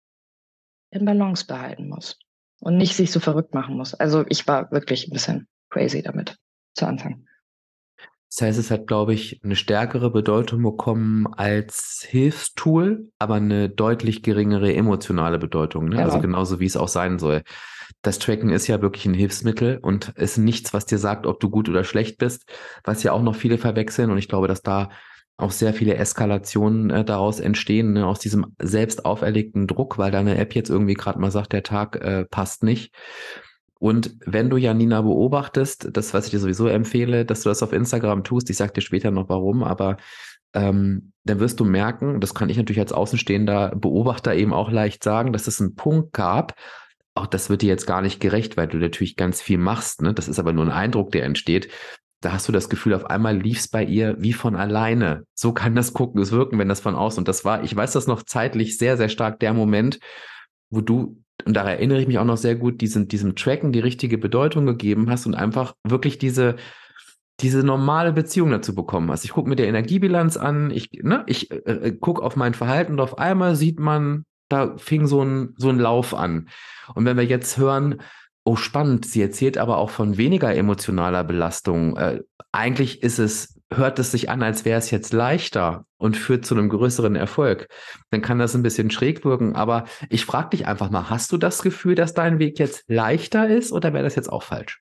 in Balance behalten muss und nicht sich so verrückt machen muss. Also ich war wirklich ein bisschen crazy damit zu Anfang. Das heißt, es hat, glaube ich, eine stärkere Bedeutung bekommen als Hilfstool, aber eine deutlich geringere emotionale Bedeutung, ne? Genau. Also genauso wie es auch sein soll. Das Tracken ist ja wirklich ein Hilfsmittel und ist nichts, was dir sagt, ob du gut oder schlecht bist, was ja auch noch viele verwechseln. Und ich glaube, dass da auch sehr viele Eskalationen äh, daraus entstehen, ne? Aus diesem selbst auferlegten Druck, weil deine App jetzt irgendwie gerade mal sagt, der Tag äh, passt nicht. Und wenn du Janina beobachtest, das, was ich dir sowieso empfehle, dass du das auf Instagram tust, ich sag dir später noch warum, aber ähm, dann wirst du merken, das kann ich natürlich als außenstehender Beobachter eben auch leicht sagen, dass es einen Punkt gab, auch das wird dir jetzt gar nicht gerecht, weil du natürlich ganz viel machst, ne? Das ist aber nur ein Eindruck, der entsteht. Da hast du das Gefühl, auf einmal lief es bei ihr wie von alleine. So kann das gucken, es wirken, wenn das von außen. Und das war, ich weiß das noch zeitlich sehr, sehr stark der Moment, wo du, und da erinnere ich mich auch noch sehr gut, diesen, diesem Tracken die richtige Bedeutung gegeben hast und einfach wirklich diese, diese normale Beziehung dazu bekommen hast. Ich gucke mir die Energiebilanz an, ich, ne, ich äh, gucke auf mein Verhalten und auf einmal sieht man, da fing so ein, so ein Lauf an. Und wenn wir jetzt hören, oh spannend, sie erzählt aber auch von weniger emotionaler Belastung. Äh, eigentlich ist es, hört es sich an, als wäre es jetzt leichter und führt zu einem größeren Erfolg. Dann kann das ein bisschen schräg wirken. Aber ich frage dich einfach mal, hast du das Gefühl, dass dein Weg jetzt leichter ist oder wäre das jetzt auch falsch?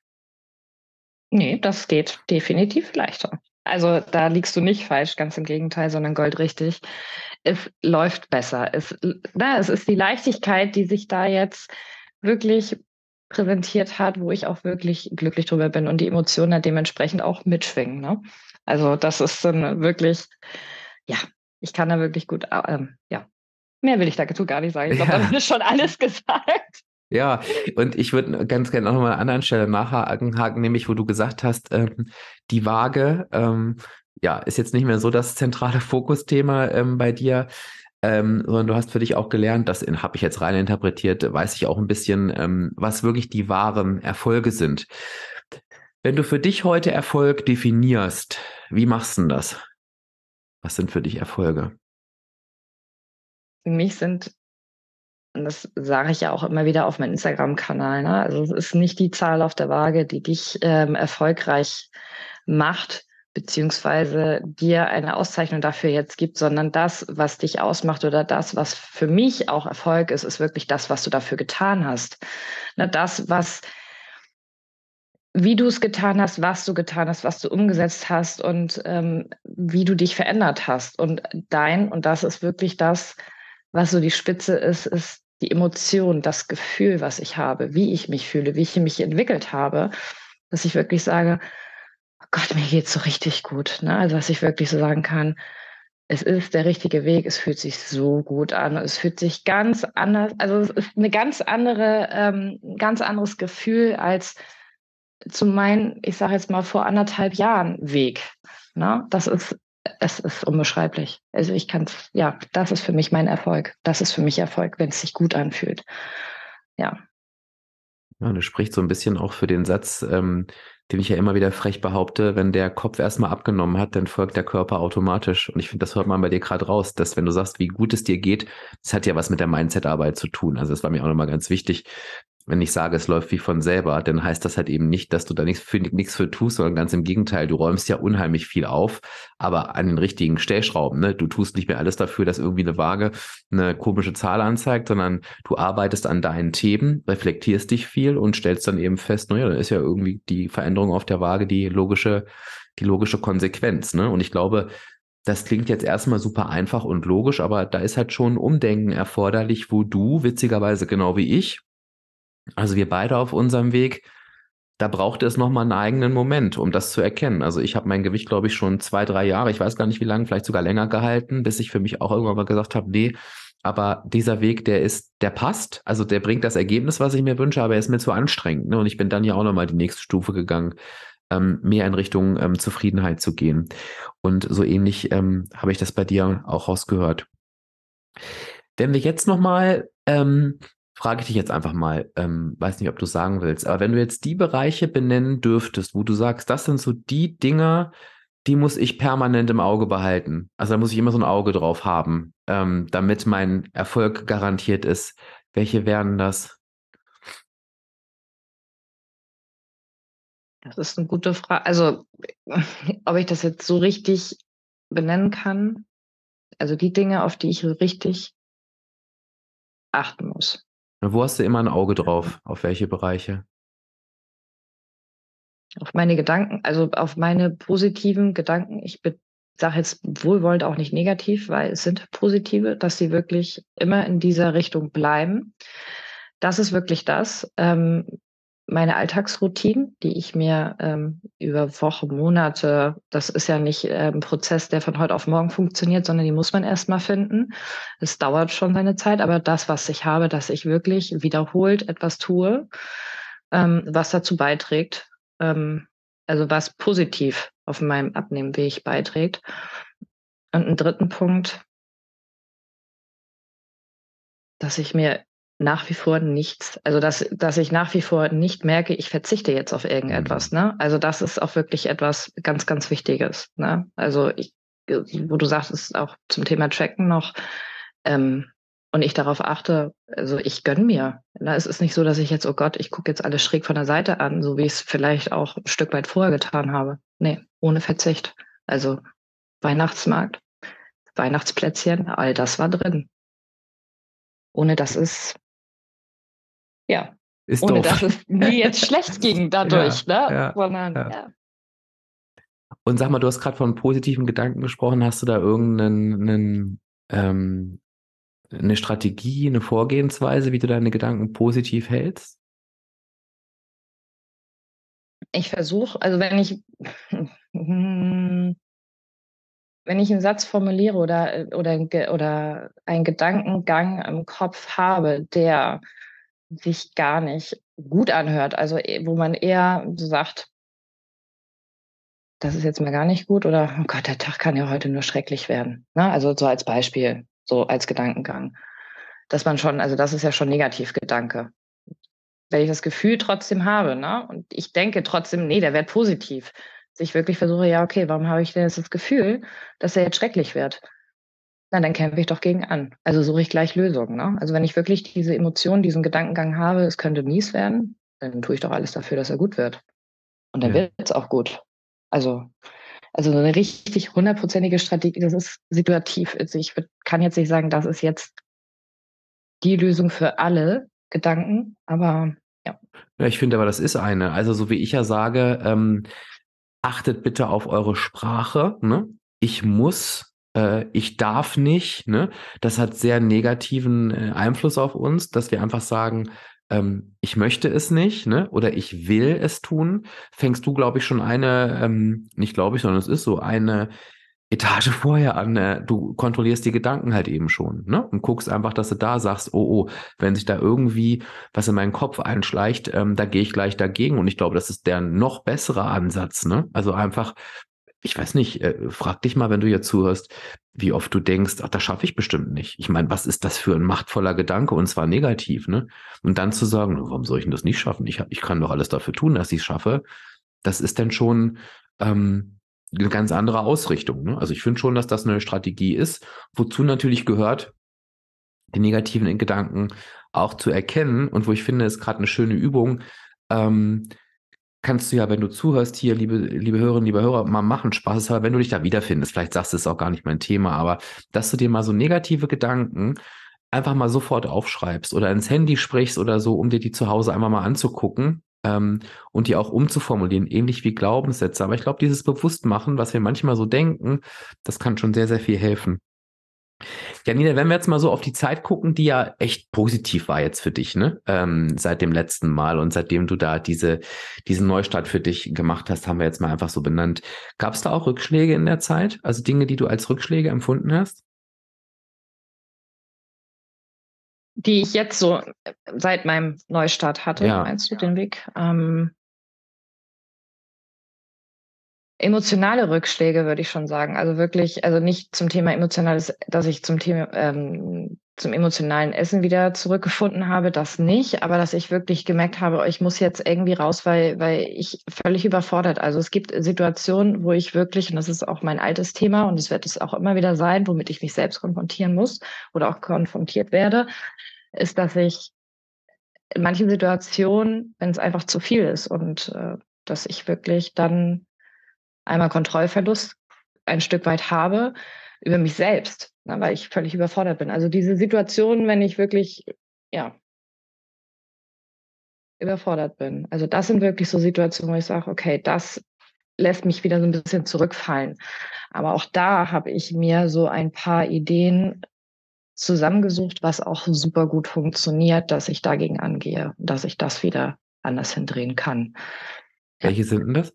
Nee, das geht definitiv leichter. Also da liegst du nicht falsch, ganz im Gegenteil, sondern goldrichtig. Es läuft besser. Es, na, es ist die Leichtigkeit, die sich da jetzt wirklich präsentiert hat, wo ich auch wirklich glücklich drüber bin und die Emotionen da dementsprechend auch mitschwingen. Ne? Also das ist dann wirklich, ja, ich kann da wirklich gut, ähm, ja, mehr will ich dazu gar nicht sagen. Ich glaube, Ja. damit ist schon alles gesagt. Ja, und ich würde ganz gerne auch noch mal an einer anderen Stelle nachhaken, haken, nämlich wo du gesagt hast, ähm, die Waage, ähm, ja, ist jetzt nicht mehr so das zentrale Fokusthema ähm, bei dir, ähm, sondern du hast für dich auch gelernt, das habe ich jetzt rein interpretiert, weiß ich auch ein bisschen, ähm, was wirklich die wahren Erfolge sind. Wenn du für dich heute Erfolg definierst, wie machst du denn das? Was sind für dich Erfolge? Für mich sind, und das sage ich ja auch immer wieder auf meinem Instagram-Kanal, ne? Also es ist nicht die Zahl auf der Waage, die dich ähm, erfolgreich macht, beziehungsweise dir eine Auszeichnung dafür jetzt gibt, sondern das, was dich ausmacht oder das, was für mich auch Erfolg ist, ist wirklich das, was du dafür getan hast. Na, das, was, wie du es getan hast, was du getan hast, was du umgesetzt hast und ähm, wie du dich verändert hast. Und dein, und das ist wirklich das, was so die Spitze ist, ist die Emotion, das Gefühl, was ich habe, wie ich mich fühle, wie ich mich entwickelt habe, dass ich wirklich sage, oh Gott, mir geht's so richtig gut. Ne? Also, dass ich wirklich so sagen kann, es ist der richtige Weg, es fühlt sich so gut an, es fühlt sich ganz anders, also es ist eine ganz andere, ähm, ein ganz anderes Gefühl als zu meinen, ich sage jetzt mal, vor anderthalb Jahren Weg. Ne? Das ist, es ist unbeschreiblich. Also ich kann es, ja, das ist für mich mein Erfolg. Das ist für mich Erfolg, wenn es sich gut anfühlt. Ja. Ja, das spricht so ein bisschen auch für den Satz, ähm, den ich ja immer wieder frech behaupte, wenn der Kopf erstmal abgenommen hat, dann folgt der Körper automatisch. Und ich finde, das hört man bei dir gerade raus, dass wenn du sagst, wie gut es dir geht, das hat ja was mit der Mindset-Arbeit zu tun. Also das war mir auch nochmal ganz wichtig. Wenn ich sage, es läuft wie von selber, dann heißt das halt eben nicht, dass du da nichts für, nichts für tust, sondern ganz im Gegenteil, du räumst ja unheimlich viel auf, aber an den richtigen Stellschrauben, ne? Du tust nicht mehr alles dafür, dass irgendwie eine Waage eine komische Zahl anzeigt, sondern du arbeitest an deinen Themen, reflektierst dich viel und stellst dann eben fest, naja, dann ist ja irgendwie die Veränderung auf der Waage die logische, die logische Konsequenz, ne? Und ich glaube, das klingt jetzt erstmal super einfach und logisch, aber da ist halt schon Umdenken erforderlich, wo du, witzigerweise genau wie ich, also wir beide auf unserem Weg, da brauchte es nochmal einen eigenen Moment, um das zu erkennen. Also ich habe mein Gewicht, glaube ich, schon zwei, drei Jahre, ich weiß gar nicht wie lange, vielleicht sogar länger gehalten, bis ich für mich auch irgendwann mal gesagt habe, nee, aber dieser Weg, der ist, der passt, also der bringt das Ergebnis, was ich mir wünsche, aber er ist mir zu anstrengend. Ne? Und ich bin dann ja auch nochmal die nächste Stufe gegangen, ähm, mehr in Richtung ähm, Zufriedenheit zu gehen. Und so ähnlich ähm, habe ich das bei dir auch rausgehört. Wenn wir jetzt nochmal, ähm, frage ich dich jetzt einfach mal, ähm, weiß nicht, ob du sagen willst, aber wenn du jetzt die Bereiche benennen dürftest, wo du sagst, das sind so die Dinger, die muss ich permanent im Auge behalten. Also da muss ich immer so ein Auge drauf haben, ähm, damit mein Erfolg garantiert ist. Welche wären das? Das ist eine gute Frage. Also, ob ich das jetzt so richtig benennen kann, also die Dinge, auf die ich richtig achten muss. Wo hast du immer ein Auge drauf? Auf welche Bereiche? Auf meine Gedanken, also auf meine positiven Gedanken. Ich sage jetzt wohlwollend auch nicht negativ, weil es sind positive, dass sie wirklich immer in dieser Richtung bleiben. Das ist wirklich das. Ähm, meine Alltagsroutinen, die ich mir ähm, über Wochen, Monate, das ist ja nicht äh, ein Prozess, der von heute auf morgen funktioniert, sondern die muss man erst mal finden. Es dauert schon seine Zeit, aber das, was ich habe, dass ich wirklich wiederholt etwas tue, ähm, was dazu beiträgt, ähm, also was positiv auf meinem Abnehmweg beiträgt. Und einen dritten Punkt, dass ich mir nach wie vor nichts, also dass, dass ich nach wie vor nicht merke, ich verzichte jetzt auf irgendetwas. Mhm. Ne? Also das ist auch wirklich etwas ganz, ganz Wichtiges. Ne? Also ich, wo du sagst, ist auch zum Thema Tracken noch, ähm, und ich darauf achte, also ich gönn mir. Ne? Es ist nicht so, dass ich jetzt, oh Gott, ich gucke jetzt alles schräg von der Seite an, so wie ich es vielleicht auch ein Stück weit vorher getan habe. Nee, ohne Verzicht. Also Weihnachtsmarkt, Weihnachtsplätzchen, all das war drin. Ohne dass es, ja, Ist ohne doof. dass es mir jetzt schlecht ging Ja, dadurch, ne? ja, Sondern, ja. ja. Und sag mal, du hast gerade von positiven Gedanken gesprochen. Hast du da irgendeinen, ähm, eine Strategie, eine Vorgehensweise, wie du deine Gedanken positiv hältst? Ich versuche, also wenn ich, wenn ich einen Satz formuliere oder, oder, oder einen Gedankengang im Kopf habe, der sich gar nicht gut anhört, also wo man eher so sagt, das ist jetzt mal gar nicht gut oder, oh Gott, der Tag kann ja heute nur schrecklich werden. Ne? Also so als Beispiel, so als Gedankengang. Dass man schon, also das ist ja schon Negativgedanke. Wenn ich das Gefühl trotzdem habe, ne? Und ich denke trotzdem, nee, der wird positiv. Dass ich wirklich versuche, ja, okay, warum habe ich denn jetzt das Gefühl, dass er jetzt schrecklich wird? Na, dann kämpfe ich doch gegen an. Also suche ich gleich Lösungen, ne? Also wenn ich wirklich diese Emotion, diesen Gedankengang habe, es könnte mies werden, dann tue ich doch alles dafür, dass er gut wird. Und dann Ja. wird es auch gut. Also, also so eine richtig hundertprozentige Strategie, das ist situativ. Also ich würd, kann jetzt nicht sagen, das ist jetzt die Lösung für alle Gedanken, aber ja. Ja, ich finde aber, das ist eine. Also, so wie ich ja sage, ähm, achtet bitte auf eure Sprache. Ne? Ich muss, äh, ich darf nicht. Ne? Das hat sehr negativen äh, Einfluss auf uns, dass wir einfach sagen, ähm, ich möchte es nicht, ne? Oder ich will es tun. Fängst du, glaube ich, schon eine, ähm, nicht glaube ich, sondern es ist so eine Etage vorher an. Äh, du kontrollierst die Gedanken halt eben schon, ne? Und guckst einfach, dass du da sagst, oh, oh, wenn sich da irgendwie was in meinen Kopf einschleicht, ähm, da gehe ich gleich dagegen. Und ich glaube, das ist der noch bessere Ansatz, ne? Also einfach, ich weiß nicht, äh, frag dich mal, wenn du hier zuhörst, wie oft du denkst, ach, das schaffe ich bestimmt nicht. Ich meine, was ist das für ein machtvoller Gedanke und zwar negativ, ne? Und dann zu sagen, warum soll ich denn das nicht schaffen? Ich, hab- ich kann doch alles dafür tun, dass ich es schaffe. Das ist dann schon ähm, eine ganz andere Ausrichtung, ne? Also ich finde schon, dass das eine Strategie ist, wozu natürlich gehört, die negativen Gedanken auch zu erkennen und wo ich finde, ist gerade eine schöne Übung. Ähm, kannst du ja, wenn du zuhörst hier, liebe, liebe Hörerinnen, liebe Hörer, mal machen, Spaß, aber wenn du dich da wiederfindest, vielleicht sagst du es auch gar nicht mein Thema, aber dass du dir mal so negative Gedanken einfach mal sofort aufschreibst oder ins Handy sprichst oder so, um dir die zu Hause einmal mal anzugucken, ähm, und die auch umzuformulieren, ähnlich wie Glaubenssätze. Aber ich glaube, dieses Bewusstmachen, was wir manchmal so denken, das kann schon sehr, sehr viel helfen. Janina, wenn wir jetzt mal so auf die Zeit gucken, die ja echt positiv war jetzt für dich, ne? Ähm, seit dem letzten Mal und seitdem du da diese, diesen Neustart für dich gemacht hast, haben wir jetzt mal einfach so benannt. Gab es da auch Rückschläge in der Zeit? Also Dinge, die du als Rückschläge empfunden hast? Die ich jetzt so seit meinem Neustart hatte, Ja, meinst du den Weg? Ähm, emotionale Rückschläge, würde ich schon sagen. Also wirklich, also nicht zum Thema emotionales, dass ich zum Thema, ähm, zum emotionalen Essen wieder zurückgefunden habe, das nicht, aber dass ich wirklich gemerkt habe, oh, ich muss jetzt irgendwie raus, weil, weil ich völlig überfordert. Also es gibt Situationen, wo ich wirklich, und das ist auch mein altes Thema und es wird es auch immer wieder sein, womit ich mich selbst konfrontieren muss oder auch konfrontiert werde, ist, dass ich in manchen Situationen, wenn es einfach zu viel ist und äh, dass ich wirklich dann einmal Kontrollverlust ein Stück weit habe über mich selbst, ne, weil ich völlig überfordert bin. Also diese Situationen, wenn ich wirklich, ja, überfordert bin. Also das sind wirklich so Situationen, wo ich sage, okay, das lässt mich wieder so ein bisschen zurückfallen. Aber auch da habe ich mir so ein paar Ideen zusammengesucht, was auch super gut funktioniert, dass ich dagegen angehe, dass ich das wieder anders hindrehen kann. Ja. Welche sind denn das?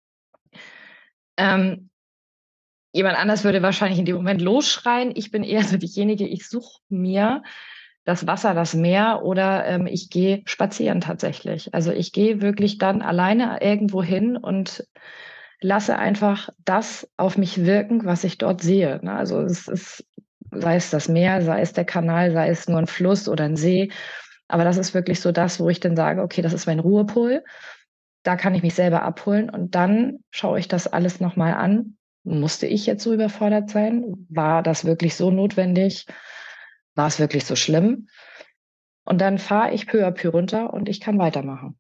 Ähm, jemand anders würde wahrscheinlich in dem Moment losschreien. Ich bin eher so diejenige, ich suche mir das Wasser, das Meer oder ähm, ich gehe spazieren tatsächlich. Also ich gehe wirklich dann alleine irgendwo hin und lasse einfach das auf mich wirken, was ich dort sehe. Ne? Also es ist, sei es das Meer, sei es der Kanal, sei es nur ein Fluss oder ein See. Aber das ist wirklich so das, wo ich dann sage, okay, das ist mein Ruhepol. Da kann ich mich selber abholen und dann schaue ich das alles nochmal an. Musste ich jetzt so überfordert sein? War das wirklich so notwendig? War es wirklich so schlimm? Und dann fahre ich peu à peu runter und ich kann weitermachen.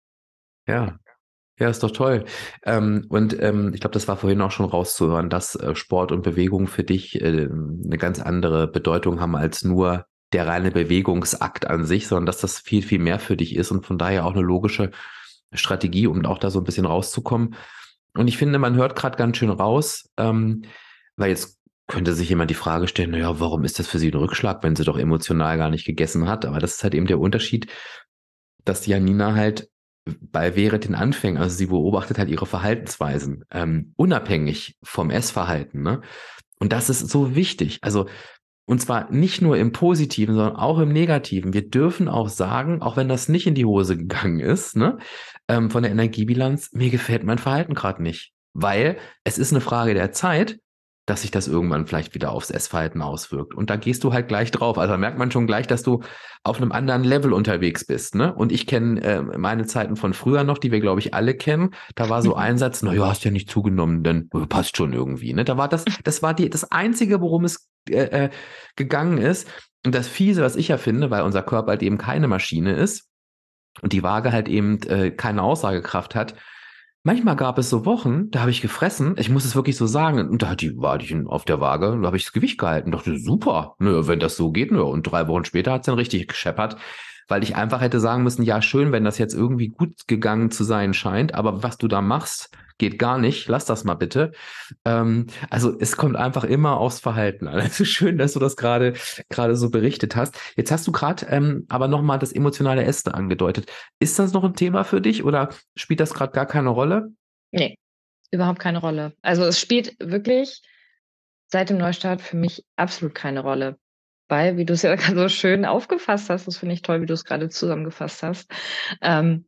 Ja, ja, ist doch toll. Ähm, und ähm, ich glaube, das war vorhin auch schon rauszuhören, dass äh, Sport und Bewegung für dich äh, eine ganz andere Bedeutung haben als nur der reine Bewegungsakt an sich, sondern dass das viel, viel mehr für dich ist und von daher auch eine logische Strategie, um auch da so ein bisschen rauszukommen. Und ich finde, man hört gerade ganz schön raus, ähm, weil jetzt könnte sich jemand die Frage stellen, naja, warum ist das für sie ein Rückschlag, wenn sie doch emotional gar nicht gegessen hat? Aber das ist halt eben der Unterschied, dass Janina halt bei während den Anfängen, also sie beobachtet halt ihre Verhaltensweisen, ähm, unabhängig vom Essverhalten, ne? Und das ist so wichtig. Also, und zwar nicht nur im Positiven, sondern auch im Negativen. Wir dürfen auch sagen, auch wenn das nicht in die Hose gegangen ist, ne, ähm, von der Energiebilanz, mir gefällt mein Verhalten gerade nicht. Weil es ist eine Frage der Zeit, dass sich das irgendwann vielleicht wieder aufs Essverhalten auswirkt. Und da gehst du halt gleich drauf. Also da merkt man schon gleich, dass du auf einem anderen Level unterwegs bist, ne? Und ich kenne äh, meine Zeiten von früher noch, die wir, glaube ich, alle kennen. Da war so ein Satz, na ja, hast ja nicht zugenommen, dann äh, passt schon irgendwie, ne? Da war das, das war die, das Einzige, worum es äh, äh, gegangen ist. Und das Fiese, was ich ja finde, weil unser Körper halt eben keine Maschine ist und die Waage halt eben äh, keine Aussagekraft hat. Manchmal gab es so Wochen, da habe ich gefressen, ich muss es wirklich so sagen, und da hat die, war ich auf der Waage, da habe ich das Gewicht gehalten, dachte, super, nö, wenn das so geht, nö. Und drei Wochen später hat es dann richtig gescheppert, weil ich einfach hätte sagen müssen, ja, schön, wenn das jetzt irgendwie gut gegangen zu sein scheint, aber was du da machst, geht gar nicht, lass das mal bitte. Ähm, also es kommt einfach immer aufs Verhalten an. Also schön, dass du das gerade gerade so berichtet hast. Jetzt hast du gerade ähm, aber nochmal das emotionale Essen angedeutet. Ist das noch ein Thema für dich oder spielt das gerade gar keine Rolle? Nee, überhaupt keine Rolle. Also es spielt wirklich seit dem Neustart für mich absolut keine Rolle. Weil, wie du es ja so schön aufgefasst hast, das finde ich toll, wie du es gerade zusammengefasst hast, ähm,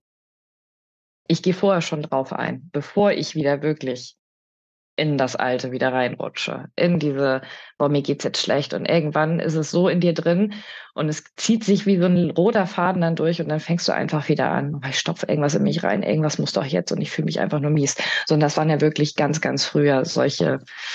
ich gehe vorher schon drauf ein, bevor ich wieder wirklich in das Alte wieder reinrutsche, in diese, boah, mir geht's jetzt schlecht und irgendwann ist es so in dir drin und es zieht sich wie so ein roter Faden dann durch und dann fängst du einfach wieder an, oh, ich stopfe irgendwas in mich rein, irgendwas muss doch jetzt und ich fühle mich einfach nur mies. Sondern das waren ja wirklich ganz, ganz früher solche,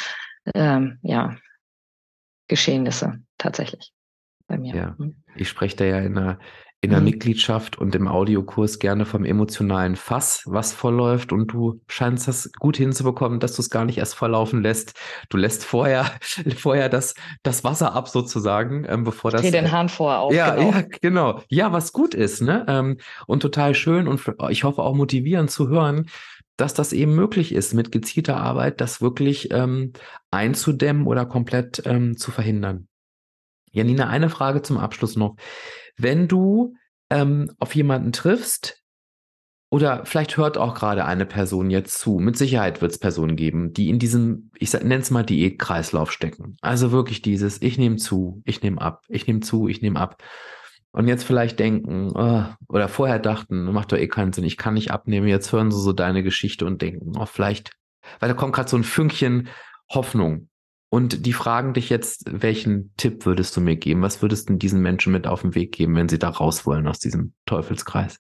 ähm, ja, Geschehnisse tatsächlich bei mir. Ja, Mhm. ich spreche da ja in einer, in einer Mhm. Mitgliedschaft und im Audiokurs gerne vom emotionalen Fass, was vorläuft und du scheinst das gut hinzubekommen, dass du es gar nicht erst verlaufen lässt. Du lässt vorher, vorher das, das Wasser ab sozusagen, ähm, bevor Ich drehe das, den äh, Hahn vorher auf, ja, genau. ja, genau. Ja, was gut ist, ne? Ähm, und total schön und für- ich hoffe auch motivierend zu hören, dass das eben möglich ist, mit gezielter Arbeit das wirklich ähm, einzudämmen oder komplett ähm, zu verhindern. Janina, eine Frage zum Abschluss noch. Wenn du ähm, auf jemanden triffst, oder vielleicht hört auch gerade eine Person jetzt zu, mit Sicherheit wird es Personen geben, die in diesem, ich nenne es mal Diätkreislauf stecken. Also wirklich dieses, ich nehme zu, ich nehme ab, ich nehme zu, ich nehme ab. Und jetzt vielleicht denken, oh, oder vorher dachten, macht doch eh keinen Sinn, ich kann nicht abnehmen. Jetzt hören sie so deine Geschichte und denken, oh, vielleicht, weil da kommt gerade so ein Fünkchen Hoffnung. und die fragen dich jetzt, welchen Tipp würdest du mir geben? Was würdest du diesen Menschen mit auf den Weg geben, wenn sie da raus wollen aus diesem Teufelskreis?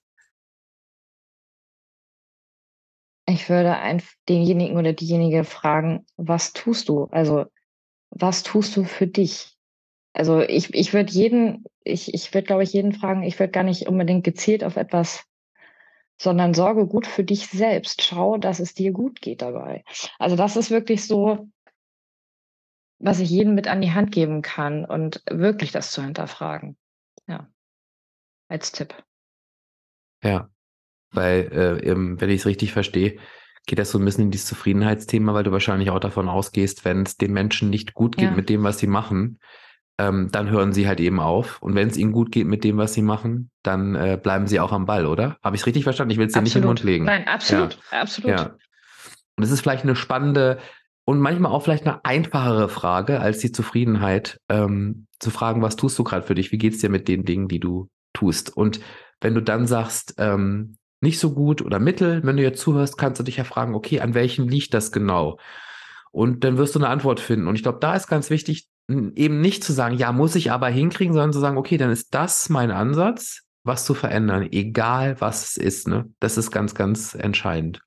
Ich würde einfach denjenigen oder diejenige fragen, was tust du? Also, was tust du für dich? Also ich, ich würde jeden, ich, ich würde, glaube ich, jeden fragen, ich würde gar nicht unbedingt gezielt auf etwas, sondern sorge gut für dich selbst. Schau, dass es dir gut geht dabei. Also das ist wirklich so, was ich jedem mit an die Hand geben kann und wirklich das zu hinterfragen. Ja, als Tipp. Ja, weil, äh, eben, wenn ich es richtig verstehe, geht das so ein bisschen in dieses Zufriedenheitsthema, weil du wahrscheinlich auch davon ausgehst, wenn es den Menschen nicht gut geht Ja, mit dem, was sie machen, ähm, dann hören sie halt eben auf. Und wenn es ihnen gut geht mit dem, was sie machen, dann äh, bleiben sie auch am Ball, oder? Habe ich es richtig verstanden? Ich will es dir nicht in den Mund absolut. legen. Nein, Ja, absolut, absolut. ja. Und es ist vielleicht eine spannende und manchmal auch vielleicht eine einfachere Frage als die Zufriedenheit, ähm, zu fragen, was tust du gerade für dich? Wie geht's dir mit den Dingen, die du tust? Und wenn du dann sagst, ähm, nicht so gut oder mittel, wenn du jetzt zuhörst, kannst du dich ja fragen, okay, an welchem liegt das genau? Und dann wirst du eine Antwort finden. Und ich glaube, da ist ganz wichtig, n- eben nicht zu sagen, ja, muss ich aber hinkriegen, sondern zu sagen, okay, dann ist das mein Ansatz, was zu verändern, egal was es ist, ne? Das ist ganz, ganz entscheidend.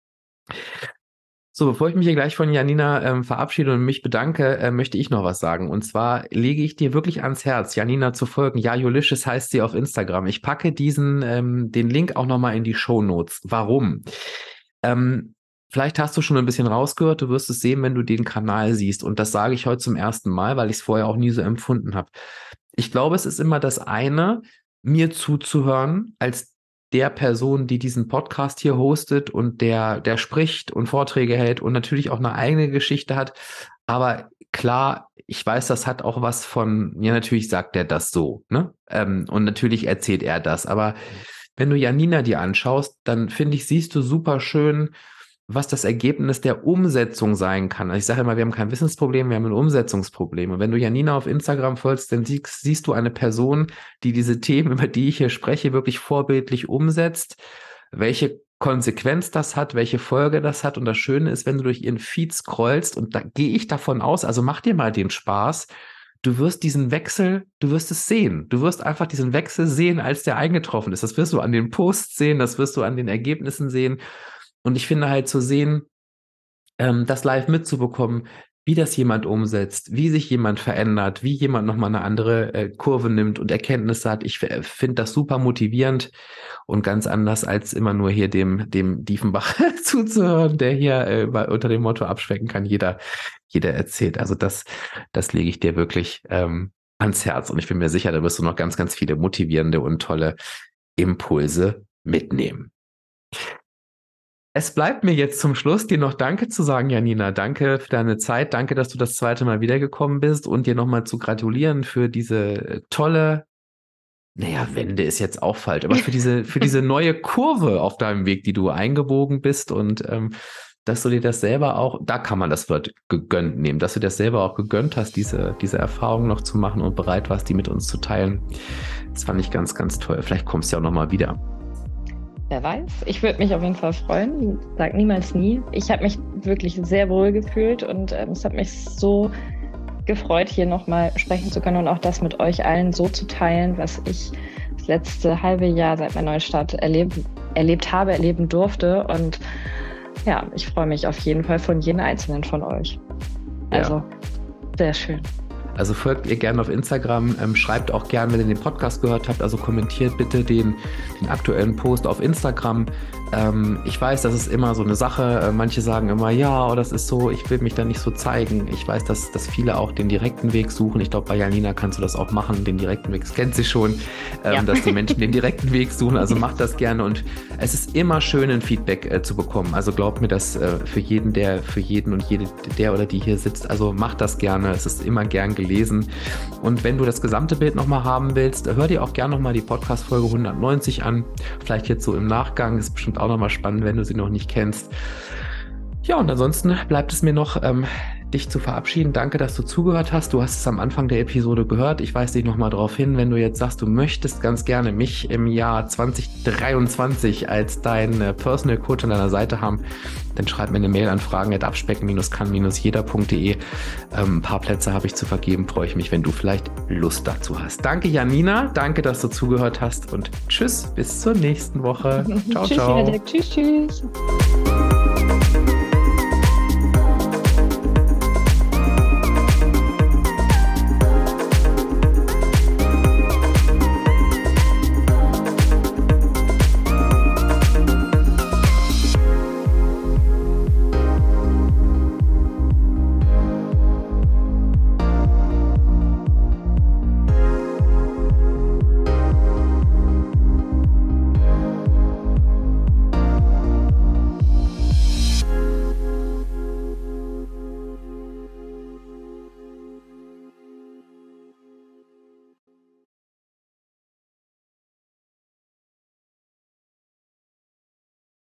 So, bevor ich mich hier gleich von Janina ähm, verabschiede und mich bedanke, äh, möchte ich noch was sagen. Und zwar lege ich dir wirklich ans Herz, Janina zu folgen. Ja, Ulysses heißt sie auf Instagram. Ich packe diesen, ähm, den Link auch nochmal in die Shownotes. Warum? Ähm, vielleicht hast du schon ein bisschen rausgehört, du wirst es sehen, wenn du den Kanal siehst. Und das sage ich heute zum ersten Mal, weil ich es vorher auch nie so empfunden habe. Ich glaube, es ist immer das eine, mir zuzuhören, als der Person, die diesen Podcast hier hostet und der, der spricht und Vorträge hält und natürlich auch eine eigene Geschichte hat. Aber klar, ich weiß, das hat auch was von, ja, natürlich sagt er das so, ne? Ähm, und natürlich erzählt er das. Aber wenn du Janina dir anschaust, dann finde ich, siehst du super schön, was das Ergebnis der Umsetzung sein kann. Also ich sage immer, wir haben kein Wissensproblem, wir haben ein Umsetzungsproblem. Und wenn du Janina auf Instagram folgst, dann siehst, siehst du eine Person, die diese Themen, über die ich hier spreche, wirklich vorbildlich umsetzt, welche Konsequenz das hat, welche Folge das hat. Und das Schöne ist, wenn du durch ihren Feed scrollst, und da gehe ich davon aus, also mach dir mal den Spaß, du wirst diesen Wechsel, du wirst es sehen. Du wirst einfach diesen Wechsel sehen, als der eingetroffen ist. Das wirst du an den Posts sehen, das wirst du an den Ergebnissen sehen. Und ich finde halt zu sehen, ähm, das live mitzubekommen, wie das jemand umsetzt, wie sich jemand verändert, wie jemand nochmal eine andere äh, Kurve nimmt und Erkenntnisse hat. Ich f- finde das super motivierend und ganz anders als immer nur hier dem, dem Diefenbach zuzuhören, der hier äh, bei, unter dem Motto abschmecken kann, jeder, jeder erzählt. Also das, das lege ich dir wirklich ähm, ans Herz und ich bin mir sicher, da wirst du noch ganz, ganz viele motivierende und tolle Impulse mitnehmen. Es bleibt mir jetzt zum Schluss, dir noch Danke zu sagen, Janina. Danke für deine Zeit. Danke, dass du das zweite Mal wiedergekommen bist und dir nochmal zu gratulieren für diese tolle, naja, Wende ist jetzt auch falsch, aber für diese, für diese neue Kurve auf deinem Weg, die du eingebogen bist und ähm, dass du dir das selber auch, da kann man das Wort gegönnt nehmen, dass du dir das selber auch gegönnt hast, diese, diese Erfahrung noch zu machen und bereit warst, die mit uns zu teilen. Das fand ich ganz, ganz toll. Vielleicht kommst du ja auch nochmal wieder. Wer weiß. Ich würde mich auf jeden Fall freuen. Sag niemals nie. Ich habe mich wirklich sehr wohl gefühlt und ähm, es hat mich so gefreut, hier nochmal sprechen zu können und auch das mit euch allen so zu teilen, was ich das letzte halbe Jahr seit meinem Neustart erlebt, erlebt habe, erleben durfte. Und ja, ich freue mich auf jeden Fall von jedem Einzelnen von euch. Also, ja. Sehr schön. Also folgt ihr gerne auf Instagram, ähm, schreibt auch gerne, wenn ihr den Podcast gehört habt, also kommentiert bitte den, den aktuellen Post auf Instagram. Ähm, ich weiß, das ist immer so eine Sache, äh, manche sagen immer, ja, oh, das ist so, ich will mich da nicht so zeigen. Ich weiß, dass, dass viele auch den direkten Weg suchen. Ich glaube, bei Janina kannst du das auch machen, den direkten Weg, das kennt sie schon, ähm, ja. dass die Menschen den direkten Weg suchen, also macht das gerne und es ist immer schön, ein Feedback äh, zu bekommen. Also glaubt mir das äh, für jeden, der, für jeden und jede, der oder die hier sitzt, also macht das gerne, es ist immer gern gelesen. Lesen. Und wenn du das gesamte Bild nochmal haben willst, hör dir auch gerne nochmal die Podcast-Folge hundertneunzig an. Vielleicht jetzt so im Nachgang. Ist bestimmt auch nochmal spannend, wenn du sie noch nicht kennst. Ja, und ansonsten bleibt es mir noch, ähm, dich zu verabschieden. Danke, dass du zugehört hast. Du hast es am Anfang der Episode gehört. Ich weise dich nochmal darauf hin, wenn du jetzt sagst, du möchtest ganz gerne mich im Jahr zwanzig dreiundzwanzig als dein Personal Coach an deiner Seite haben, dann schreib mir eine Mail an fragen at abspecken kann jeder punkt de. Ähm, ein paar Plätze habe ich zu vergeben. Freue ich mich, wenn du vielleicht Lust dazu hast. Danke, Janina. Danke, dass du zugehört hast und tschüss, bis zur nächsten Woche. Ciao, tschüss, ciao. Tschüss, tschüss.